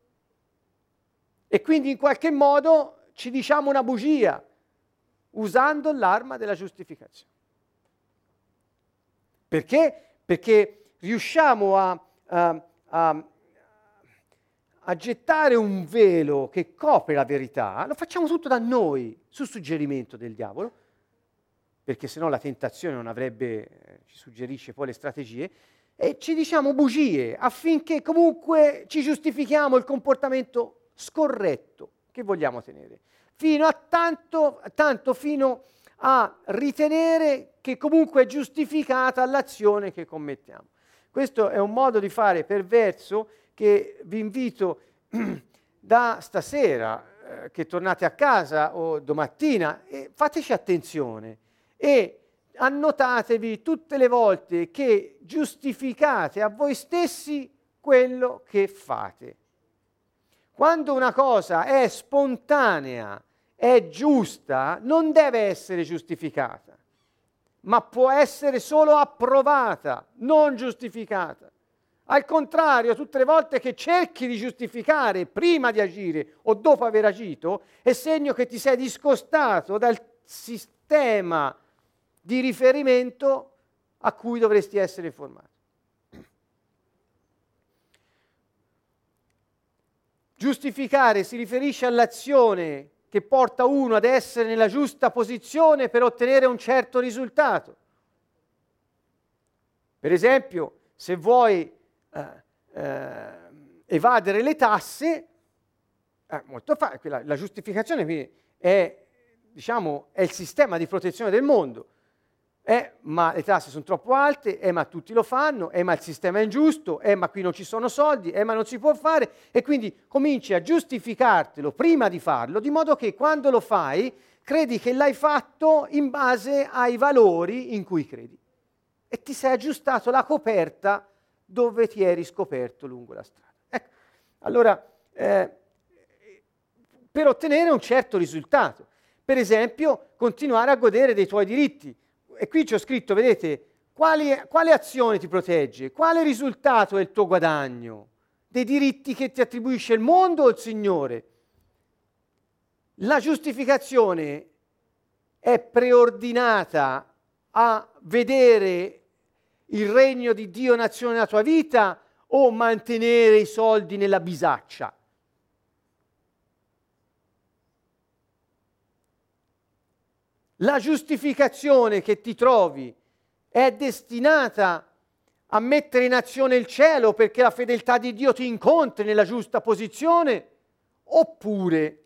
Speaker 1: e quindi in qualche modo ci diciamo una bugia usando l'arma della giustificazione. Perché? Perché riusciamo a, a, a, a gettare un velo che copre la verità, lo facciamo tutto da noi, su suggerimento del diavolo, perché sennò la tentazione non avrebbe, eh, ci suggerisce poi le strategie, e ci diciamo bugie affinché comunque ci giustifichiamo il comportamento scorretto che vogliamo tenere, fino a tanto, tanto fino a ritenere che comunque è giustificata l'azione che commettiamo. Questo è un modo di fare perverso che vi invito da stasera, eh, che tornate a casa o domattina, e fateci attenzione. E annotatevi tutte le volte che giustificate a voi stessi quello che fate. Quando una cosa è spontanea, è giusta, non deve essere giustificata, ma può essere solo approvata, non giustificata. Al contrario, tutte le volte che cerchi di giustificare prima di agire o dopo aver agito, è segno che ti sei discostato dal sistema di riferimento a cui dovresti essere informato. Giustificare si riferisce all'azione che porta uno ad essere nella giusta posizione per ottenere un certo risultato. Per esempio, se vuoi eh, eh, evadere le tasse, eh, molto facile, la, la giustificazione è, diciamo, è il sistema di protezione del mondo. Eh, ma le tasse sono troppo alte, eh, ma tutti lo fanno, eh, ma il sistema è ingiusto, eh, ma qui non ci sono soldi, eh, ma non si può fare, e quindi cominci a giustificartelo prima di farlo, di modo che quando lo fai credi che l'hai fatto in base ai valori in cui credi e ti sei aggiustato la coperta dove ti eri scoperto lungo la strada. Ecco, allora, eh, per ottenere un certo risultato, per esempio, continuare a godere dei tuoi diritti. E qui ci ho scritto, vedete, quali, quale azione ti protegge, quale risultato è il tuo guadagno, dei diritti che ti attribuisce il mondo o il Signore. La giustificazione è preordinata a vedere il regno di Dio in azione nella tua vita o mantenere i soldi nella bisaccia. La giustificazione che ti trovi è destinata a mettere in azione il cielo perché la fedeltà di Dio ti incontri nella giusta posizione, oppure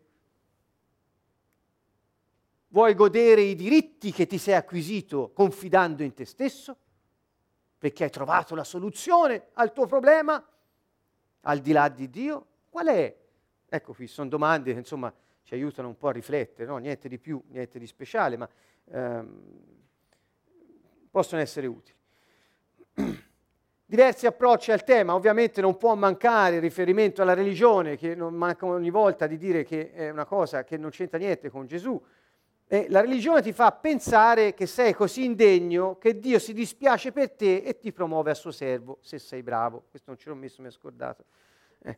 Speaker 1: vuoi godere i diritti che ti sei acquisito confidando in te stesso? perché hai trovato la soluzione al tuo problema, al di là di Dio? Qual è? Ecco, qui sono domande che insomma ci aiutano un po' a riflettere, no? Niente di più, niente di speciale, ma ehm, possono essere utili. Diversi approcci al tema, ovviamente non può mancare il riferimento alla religione, che non manca ogni volta di dire che è una cosa che non c'entra niente con Gesù. E la religione ti fa pensare che sei così indegno che Dio si dispiace per te e ti promuove a suo servo, se sei bravo. Questo non ce l'ho messo, mi è scordato. Eh.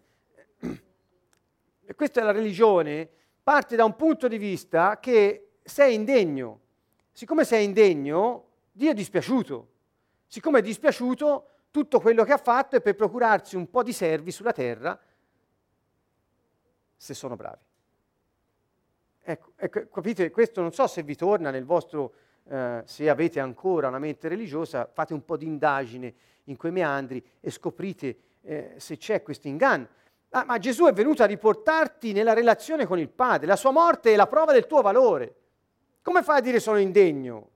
Speaker 1: E questa è la religione, parte da un punto di vista che sei indegno. Siccome sei indegno, Dio è dispiaciuto. Siccome è dispiaciuto, tutto quello che ha fatto è per procurarsi un po' di servi sulla terra, se sono bravi. Ecco, ecco, capite, questo non so se vi torna nel vostro, eh, se avete ancora una mente religiosa, fate un po' di indagine in quei meandri e scoprite eh, se c'è questo inganno. Ah, ma Gesù è venuto a riportarti nella relazione con il Padre, la sua morte è la prova del tuo valore. Come fai a dire sono indegno?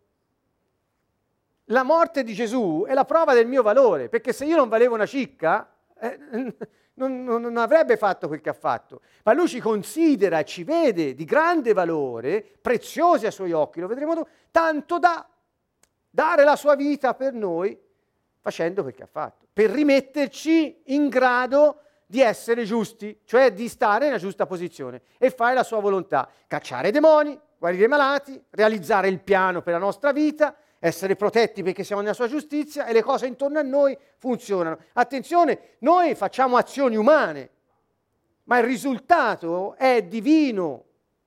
Speaker 1: La morte di Gesù è la prova del mio valore, perché se io non valevo una cicca, eh, non, non, non avrebbe fatto quel che ha fatto. Ma lui ci considera e ci vede di grande valore, preziosi ai suoi occhi, lo vedremo dopo, tanto da dare la sua vita per noi facendo quel che ha fatto, per rimetterci in grado di essere giusti, cioè di stare nella giusta posizione e fare la sua volontà, cacciare i demoni, guarire i malati, realizzare il piano per la nostra vita, essere protetti perché siamo nella sua giustizia e le cose intorno a noi funzionano. Attenzione, noi facciamo azioni umane, ma il risultato è divino.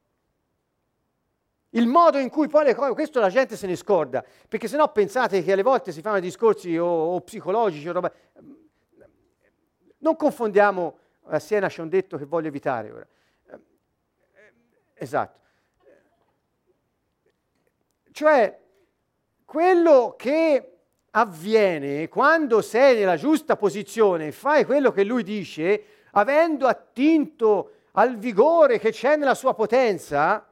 Speaker 1: Il modo in cui poi le cose, questo la gente se ne scorda, perché sennò pensate che alle volte si fanno discorsi o, o psicologici o roba. Non confondiamo, a Siena c'è un detto che voglio evitare ora. Esatto. Cioè, quello che avviene quando sei nella giusta posizione e fai quello che lui dice, avendo attinto al vigore che c'è nella sua potenza,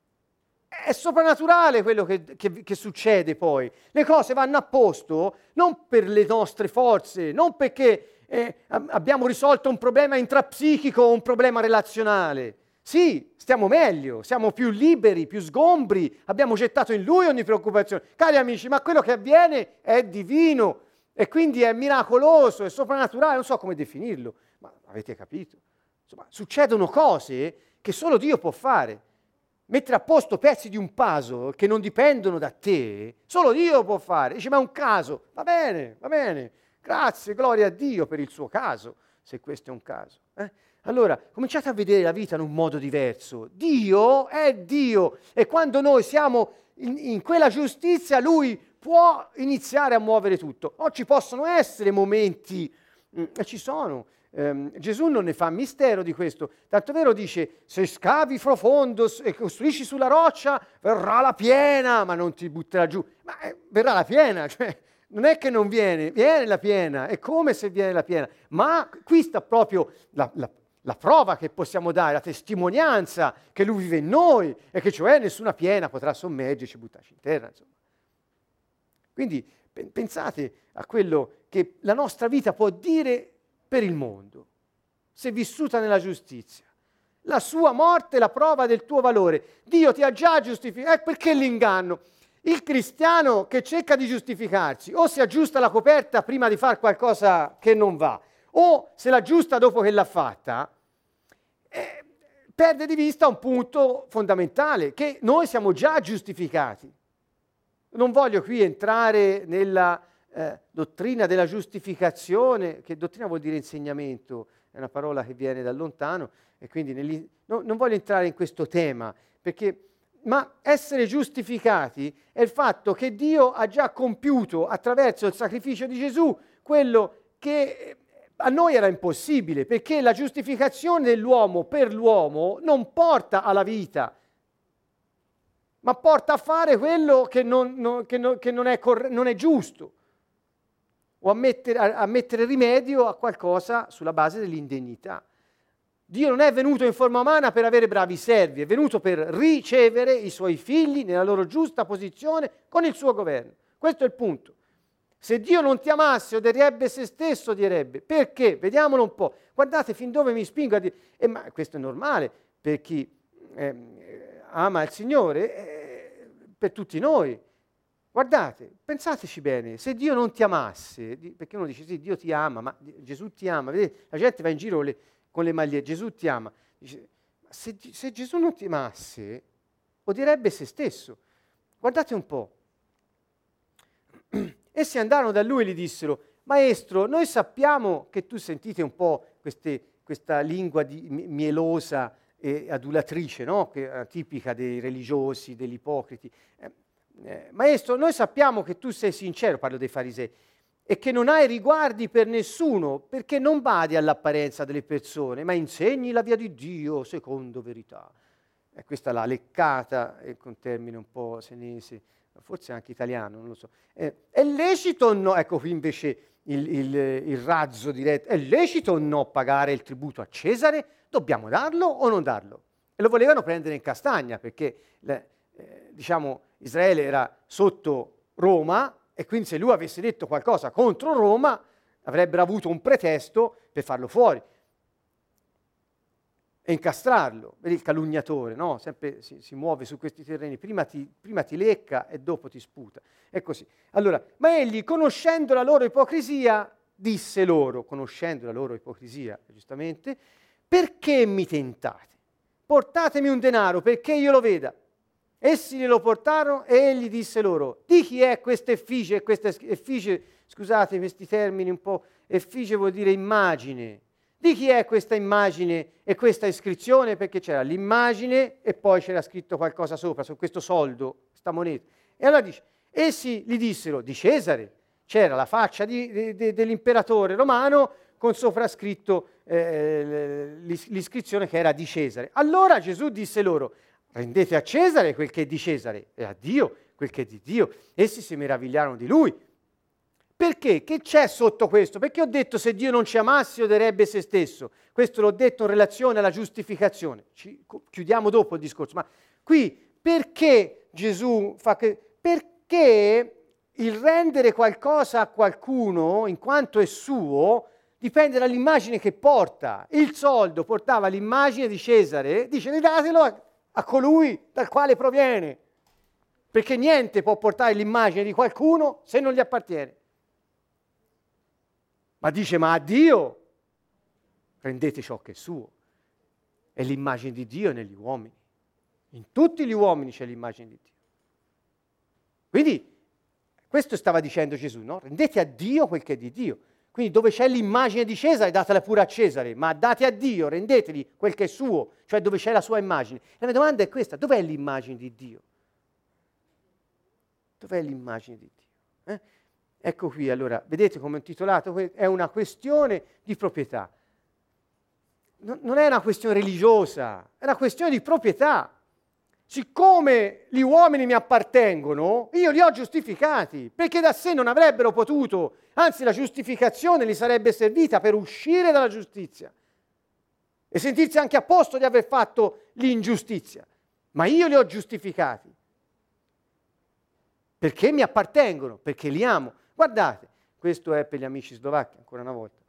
Speaker 1: è soprannaturale quello che, che, che succede poi. Le cose vanno a posto non per le nostre forze, non perché eh, abbiamo risolto un problema intrapsichico o un problema relazionale. Sì, stiamo meglio, siamo più liberi, più sgombri, abbiamo gettato in Lui ogni preoccupazione. Cari amici, ma quello che avviene è divino e quindi è miracoloso, è soprannaturale, non so come definirlo, ma avete capito? Insomma, succedono cose che solo Dio può fare. Mettere a posto pezzi di un puzzle che non dipendono da te, solo Dio può fare. Dice, ma è un caso. Va bene, va bene. Grazie, gloria a Dio per il suo caso, se questo è un caso. Eh? Allora, cominciate a vedere la vita in un modo diverso. Dio è Dio e quando noi siamo in, in quella giustizia, Lui può iniziare a muovere tutto. O ci possono essere momenti, mh, e ci sono, ehm, Gesù non ne fa mistero di questo, tanto vero dice, se scavi profondo e costruisci sulla roccia, verrà la piena, ma non ti butterà giù. Ma eh, verrà la piena, cioè non è che non viene, viene la piena, è come se viene la piena, ma qui sta proprio la, la La prova che possiamo dare, la testimonianza che Lui vive in noi e che cioè nessuna piena potrà sommergerci e buttarci in terra. Insomma. Quindi pensate a quello che la nostra vita può dire per il mondo, se vissuta nella giustizia. La sua morte è la prova del tuo valore. Dio ti ha già giustificato. Eh, perché l'inganno? Il cristiano che cerca di giustificarsi o si aggiusta la coperta prima di fare qualcosa che non va, o se l'aggiusta dopo che l'ha fatta, eh, perde di vista un punto fondamentale, che noi siamo già giustificati. Non voglio qui entrare nella eh, dottrina della giustificazione, che dottrina vuol dire insegnamento, è una parola che viene da lontano, e quindi no, non voglio entrare in questo tema, perché ma essere giustificati è il fatto che Dio ha già compiuto attraverso il sacrificio di Gesù quello che a noi era impossibile, perché la giustificazione dell'uomo per l'uomo non porta alla vita, ma porta a fare quello che non, non, che non, che non, è, corre- non è giusto, o a mettere, a, a mettere rimedio a qualcosa sulla base dell'indegnità. Dio non è venuto in forma umana per avere bravi servi, è venuto per ricevere i suoi figli nella loro giusta posizione con il suo governo. Questo è il punto. Se Dio non ti amasse, odierebbe se stesso, direbbe. Perché? Vediamolo un po'. Guardate fin dove mi spingo a dire. Eh, ma questo è normale per chi eh, ama il Signore, eh, per tutti noi. Guardate, pensateci bene, se Dio non ti amasse, perché uno dice sì, Dio ti ama, ma Gesù ti ama, vedete, la gente va in giro con le, con le magliette, Gesù ti ama. Dice, se, se Gesù non ti amasse, odierebbe se stesso. Guardate un po'. Essi andarono da lui e gli dissero, maestro, noi sappiamo che tu sentite un po' queste, questa lingua di, mielosa e adulatrice, no? Che è tipica dei religiosi, degli ipocriti. Eh, eh, maestro, noi sappiamo che tu sei sincero, parlo dei farisei, e che non hai riguardi per nessuno, perché non badi all'apparenza delle persone, ma insegni la via di Dio secondo verità. E questa è la leccata, è un termine un po' senese, forse anche italiano, non lo so. Eh, è lecito o no? Ecco qui invece il, il, il razzo diretto. È lecito o no pagare il tributo a Cesare? Dobbiamo darlo o non darlo? E lo volevano prendere in castagna perché le, eh, diciamo Israele era sotto Roma e quindi se lui avesse detto qualcosa contro Roma avrebbero avuto un pretesto per farlo fuori e incastrarlo. Vedi il calunniatore, no? Sempre si, si muove su questi terreni, prima ti, prima ti lecca e dopo ti sputa. È così. Allora, ma egli, conoscendo la loro ipocrisia, disse loro, conoscendo la loro ipocrisia, giustamente, perché mi tentate? Portatemi un denaro perché io lo veda. Essi glielo portarono e egli disse loro, di chi è questa effigie? E questa effigie, scusate questi termini un po', effigie vuol dire immagine. Di chi è questa immagine e questa iscrizione? Perché c'era l'immagine e poi c'era scritto qualcosa sopra, su questo soldo, questa moneta. E allora dice, essi gli dissero, di Cesare. C'era la faccia di, di, dell'imperatore romano con sopra scritto eh, l'iscrizione che era di Cesare. Allora Gesù disse loro, rendete a Cesare quel che è di Cesare e a Dio quel che è di Dio. Essi si meravigliarono di lui. Perché? Che c'è sotto questo? Perché ho detto se Dio non ci amasse odierebbe se stesso. Questo l'ho detto in relazione alla giustificazione. Ci chiudiamo dopo il discorso. Ma qui perché Gesù fa che... Perché il rendere qualcosa a qualcuno, in quanto è suo, dipende dall'immagine che porta. Il soldo portava l'immagine di Cesare, dice ridatelo a, a colui dal quale proviene. Perché niente può portare l'immagine di qualcuno se non gli appartiene. Ma dice, ma a Dio rendete ciò che è suo. È l'immagine di Dio negli uomini. In tutti gli uomini c'è l'immagine di Dio. Quindi, questo stava dicendo Gesù, no? Rendete a Dio quel che è di Dio. Quindi dove c'è l'immagine di Cesare, datela pure a Cesare, ma date a Dio, rendetegli quel che è suo, cioè dove c'è la sua immagine. La mia domanda è questa, dov'è l'immagine di Dio? Dov'è l'immagine di Dio? Eh? Ecco qui, allora, vedete come ho intitolato? È una questione di proprietà. Non è una questione religiosa, è una questione di proprietà. Siccome gli uomini mi appartengono, io li ho giustificati, perché da sé non avrebbero potuto, anzi la giustificazione gli sarebbe servita per uscire dalla giustizia e sentirsi anche a posto di aver fatto l'ingiustizia. Ma io li ho giustificati, perché mi appartengono, perché li amo. Guardate, questo è per gli amici slovacchi, ancora una volta.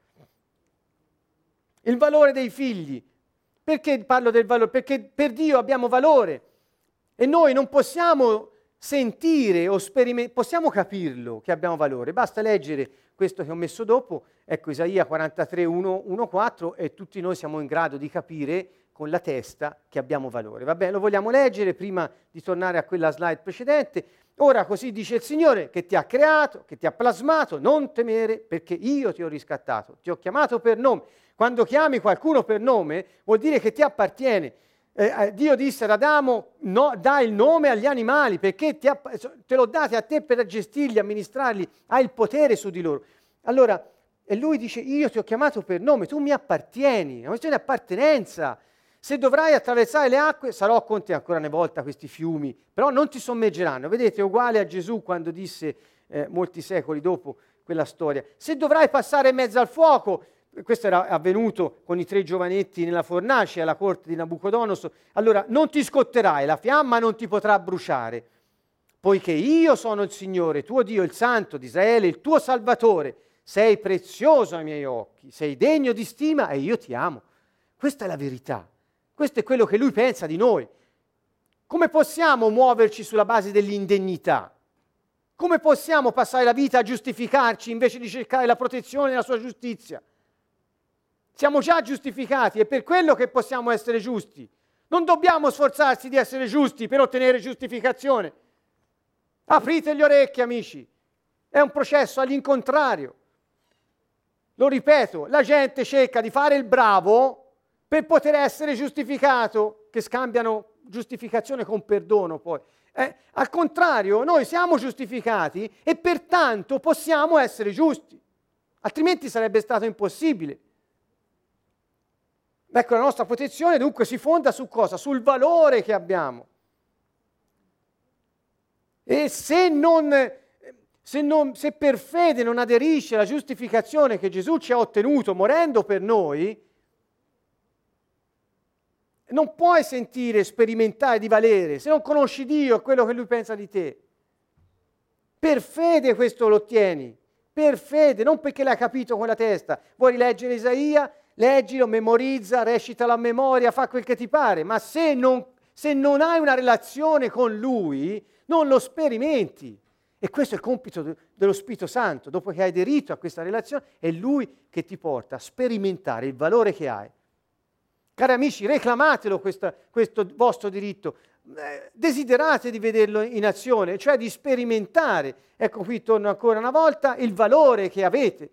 Speaker 1: Il valore dei figli. Perché parlo del valore? Perché per Dio abbiamo valore e noi non possiamo sentire o sperimentare, possiamo capirlo che abbiamo valore. Basta leggere questo che ho messo dopo, ecco Isaia quarantatré, uno, quattro, e tutti noi siamo in grado di capire con la testa che abbiamo valore. Va bene, lo vogliamo leggere prima di tornare a quella slide precedente. Ora così dice il Signore che ti ha creato, che ti ha plasmato, non temere perché io ti ho riscattato, ti ho chiamato per nome. Quando chiami qualcuno per nome vuol dire che ti appartiene. Eh, Dio disse ad Adamo, no, dai il nome agli animali perché ti app- te l'ho dato a te per gestirli, amministrarli, hai il potere su di loro. Allora, e lui dice, io ti ho chiamato per nome, tu mi appartieni, è una questione di appartenenza. Se dovrai attraversare le acque, sarò con te, ancora una volta questi fiumi, però non ti sommeggeranno. Vedete, è uguale a Gesù quando disse, eh, molti secoli dopo quella storia, se dovrai passare in mezzo al fuoco, questo era avvenuto con i tre giovanetti nella fornace alla corte di Nabucodonosor, allora non ti scotterai, la fiamma non ti potrà bruciare. poiché io sono il Signore, tuo Dio, il Santo di Israele, il tuo Salvatore. Sei prezioso ai miei occhi, sei degno di stima e io ti amo. Questa è la verità. Questo è quello che Lui pensa di noi. Come possiamo muoverci sulla base dell'indegnità? Come possiamo passare la vita a giustificarci invece di cercare la protezione della sua giustizia? Siamo già giustificati, è per quello che possiamo essere giusti. Non dobbiamo sforzarsi di essere giusti per ottenere giustificazione. Aprite gli orecchi, amici. È un processo all'incontrario. Lo ripeto, la gente cerca di fare il bravo per poter essere giustificato, che scambiano giustificazione con perdono poi. Eh, al contrario, noi siamo giustificati e pertanto possiamo essere giusti, altrimenti sarebbe stato impossibile. Ecco, la nostra protezione dunque si fonda su cosa? Sul valore che abbiamo. E se non... Se, non, se per fede non aderisci alla giustificazione che Gesù ci ha ottenuto morendo per noi, non puoi sentire, sperimentare di valere, se non conosci Dio e quello che Lui pensa di te. Per fede questo lo ottieni, per fede, non perché l'hai capito con la testa. Vuoi rileggere Isaia? Leggilo, memorizza, recitalo a memoria, fa quel che ti pare, ma se non, se non hai una relazione con Lui, non lo sperimenti. E questo è il compito de- dello Spirito Santo. Dopo che hai aderito a questa relazione, è Lui che ti porta a sperimentare il valore che hai. Cari amici, reclamatelo questa, questo vostro diritto. Eh, desiderate di vederlo in azione, cioè di sperimentare. Ecco qui torno ancora una volta, il valore che avete.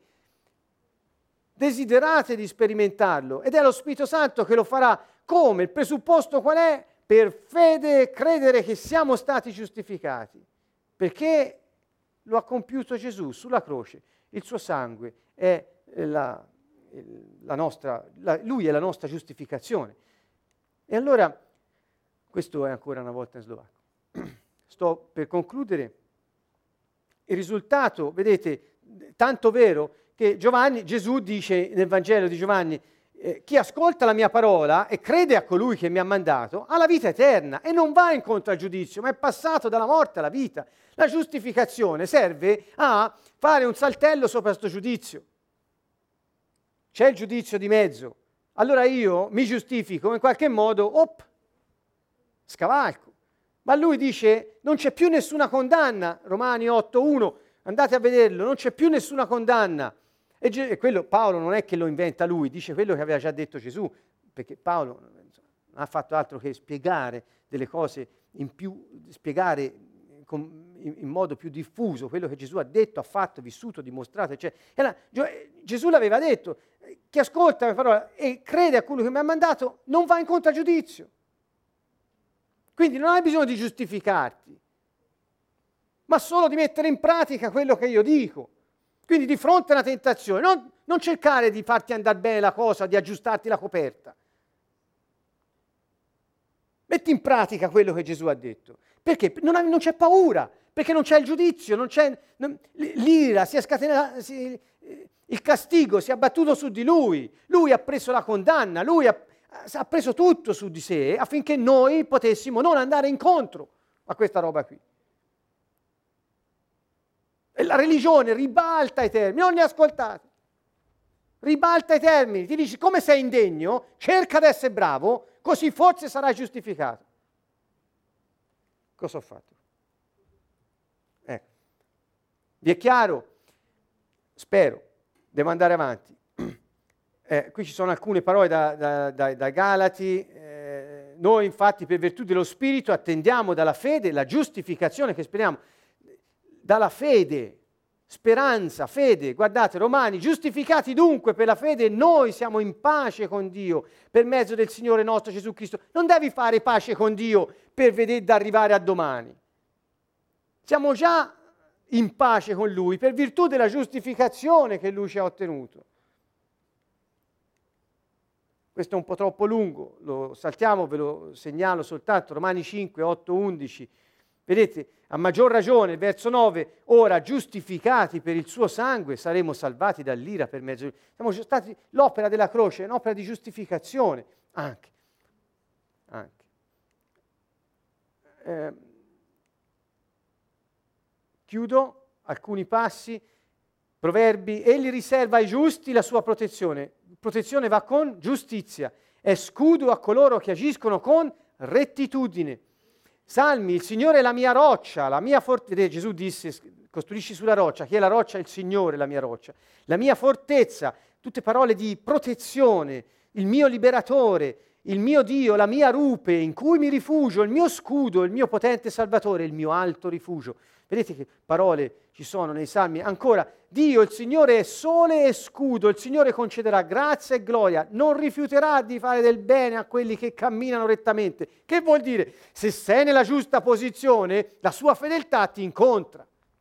Speaker 1: Desiderate di sperimentarlo. Ed è lo Spirito Santo che lo farà. Come? Il presupposto qual è? Per fede credere che siamo stati giustificati. Perché lo ha compiuto Gesù sulla croce, il suo sangue è la, la nostra, la, lui è la nostra giustificazione. E allora, questo è ancora una volta in slovacco. Sto per concludere. Il risultato, vedete, tanto vero che Giovanni, Gesù dice nel Vangelo di Giovanni, Eh, chi ascolta la mia parola e crede a colui che mi ha mandato ha la vita eterna e non va incontro al giudizio, ma è passato dalla morte alla vita. La giustificazione serve a fare un saltello sopra questo giudizio. C'è il giudizio di mezzo. Allora io mi giustifico in qualche modo, op, scavalco. Ma lui dice non c'è più nessuna condanna, Romani otto uno, andate a vederlo, non c'è più nessuna condanna. E, Ge- e quello Paolo non è che lo inventa lui, dice quello che aveva già detto Gesù, perché Paolo insomma, non ha fatto altro che spiegare delle cose in più, spiegare con, in, in modo più diffuso quello che Gesù ha detto, ha fatto, vissuto, dimostrato, eccetera. E la, Gesù l'aveva detto, chi ascolta la parola e crede a quello che mi ha mandato non va incontro al giudizio. Quindi non hai bisogno di giustificarti, ma solo di mettere in pratica quello che io dico. Quindi di fronte a una tentazione, non, non cercare di farti andare bene la cosa, di aggiustarti la coperta. Metti in pratica quello che Gesù ha detto. Perché? Non, ha, non c'è paura, perché non c'è il giudizio, non c'è non, l'ira, si è scatenata, si, il castigo si è abbattuto su di lui. Lui ha preso la condanna, lui ha, ha preso tutto su di sé affinché noi potessimo non andare incontro a questa roba qui. E la religione ribalta i termini, non li ascoltate. Ribalta i termini, ti dici come sei indegno, cerca di essere bravo, così forse sarai giustificato. Cosa ho fatto? Ecco. Vi è chiaro? Spero. Devo andare avanti. Eh, qui ci sono alcune parole da, da, da, da Galati. Eh, noi infatti per virtù dello Spirito attendiamo dalla fede la giustificazione che speriamo. Dalla fede, speranza, fede, guardate, Romani, giustificati dunque per la fede, noi siamo in pace con Dio per mezzo del Signore nostro Gesù Cristo. Non devi fare pace con Dio per vedere di arrivare a domani. Siamo già in pace con Lui per virtù della giustificazione che Lui ci ha ottenuto. Questo è un po' troppo lungo, lo saltiamo, ve lo segnalo soltanto, Romani cinque, otto, undici. Vedete, a maggior ragione, verso nove, ora giustificati per il suo sangue saremo salvati dall'ira per mezzo di... Siamo stati, l'opera della croce è un'opera di giustificazione, anche. anche. Eh, chiudo alcuni passi, Proverbi, egli riserva ai giusti la sua protezione. Protezione va con giustizia, è scudo a coloro che agiscono con rettitudine. Salmi, il Signore è la mia roccia, la mia fortezza. Gesù disse, costruisci sulla roccia. Chi è la roccia? Il Signore, la mia roccia. La mia fortezza, tutte parole di protezione, il mio liberatore, il mio Dio, la mia rupe, in cui mi rifugio, il mio scudo, il mio potente Salvatore, il mio alto rifugio. Vedete che parole ci sono nei Salmi? Ancora, Dio, il Signore è sole e scudo, il Signore concederà grazia e gloria, non rifiuterà di fare del bene a quelli che camminano rettamente. Che vuol dire? Se sei nella giusta posizione, la sua fedeltà ti incontra.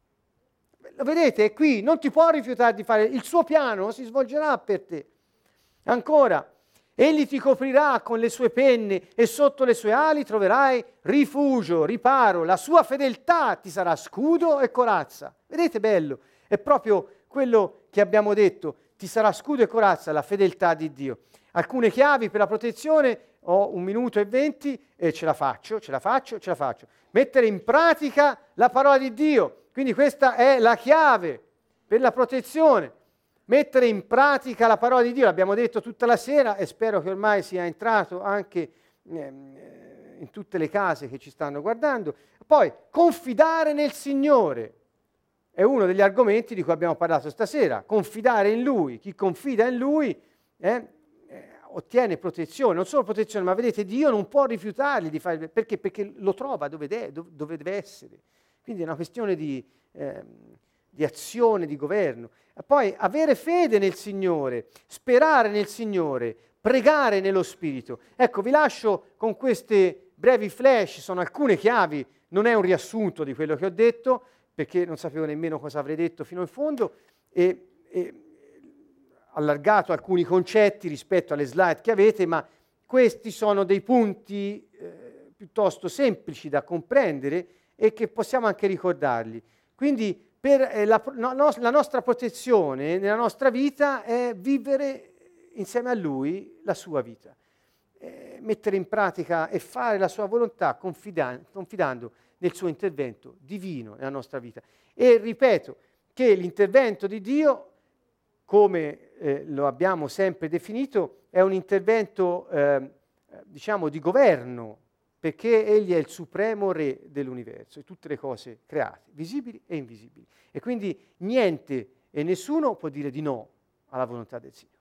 Speaker 1: Lo vedete? Qui non ti può rifiutare di fare, il suo piano si svolgerà per te. Ancora, egli ti coprirà con le sue penne e sotto le sue ali troverai rifugio, riparo, la sua fedeltà ti sarà scudo e corazza. Vedete bello? È proprio quello che abbiamo detto, ti sarà scudo e corazza, la fedeltà di Dio. Alcune chiavi per la protezione, ho un minuto e venti e ce la faccio, ce la faccio, ce la faccio. Mettere in pratica la parola di Dio, quindi questa è la chiave per la protezione. Mettere in pratica la parola di Dio, l'abbiamo detto tutta la sera e spero che ormai sia entrato anche eh, in tutte le case che ci stanno guardando. Poi, confidare nel Signore è uno degli argomenti di cui abbiamo parlato stasera. Confidare in Lui, chi confida in Lui eh, eh, ottiene protezione, non solo protezione, ma vedete, Dio non può rifiutargli di fare, perché? Perché lo trova dove, de- dove deve essere. Quindi è una questione di, eh, di azione, di governo. E poi avere fede nel Signore, sperare nel Signore, pregare nello Spirito. Ecco, vi lascio con queste brevi flash, sono alcune chiavi, non è un riassunto di quello che ho detto, perché non sapevo nemmeno cosa avrei detto fino in fondo, e, e allargato alcuni concetti rispetto alle slide che avete, ma questi sono dei punti eh, piuttosto semplici da comprendere e che possiamo anche ricordarli. Quindi per eh, la, no, la nostra protezione nella nostra vita è vivere insieme a Lui la sua vita, eh, mettere in pratica e fare la sua volontà confidando, confidando nel suo intervento divino nella nostra vita. E ripeto che l'intervento di Dio, come eh, lo abbiamo sempre definito, è un intervento eh, diciamo di governo, perché Egli è il supremo Re dell'universo, e tutte le cose create, visibili e invisibili. E quindi niente e nessuno può dire di no alla volontà del Signore.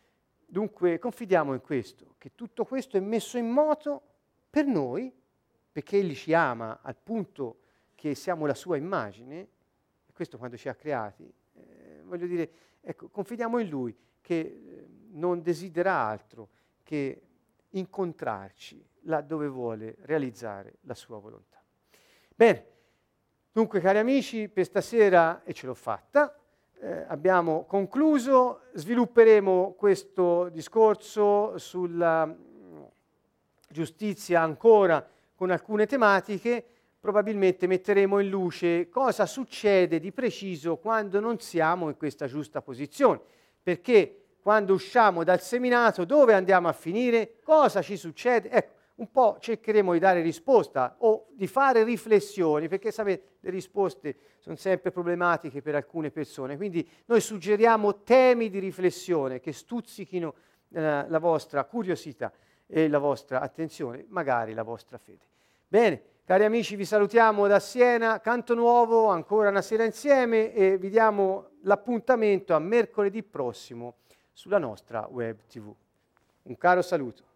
Speaker 1: Dunque confidiamo in questo, che tutto questo è messo in moto per noi, perché Egli ci ama al punto che siamo la sua immagine, e questo quando ci ha creati, eh, voglio dire, ecco, confidiamo in Lui che eh, non desidera altro che incontrarci là dove vuole realizzare la sua volontà. Bene, dunque cari amici, per stasera, e ce l'ho fatta, eh, abbiamo concluso, svilupperemo questo discorso sulla mh, giustizia ancora con alcune tematiche, probabilmente metteremo in luce cosa succede di preciso quando non siamo in questa giusta posizione, perché quando usciamo dal seminato dove andiamo a finire, cosa ci succede? Ecco, un po' cercheremo di dare risposta o di fare riflessioni, perché sapete, le risposte sono sempre problematiche per alcune persone, quindi noi suggeriamo temi di riflessione che stuzzichino eh, la vostra curiosità e la vostra attenzione, magari la vostra fede. Bene, cari amici, vi salutiamo da Siena, Canto Nuovo, ancora una sera insieme, e vi diamo l'appuntamento a mercoledì prossimo sulla nostra web tivù. Un caro saluto.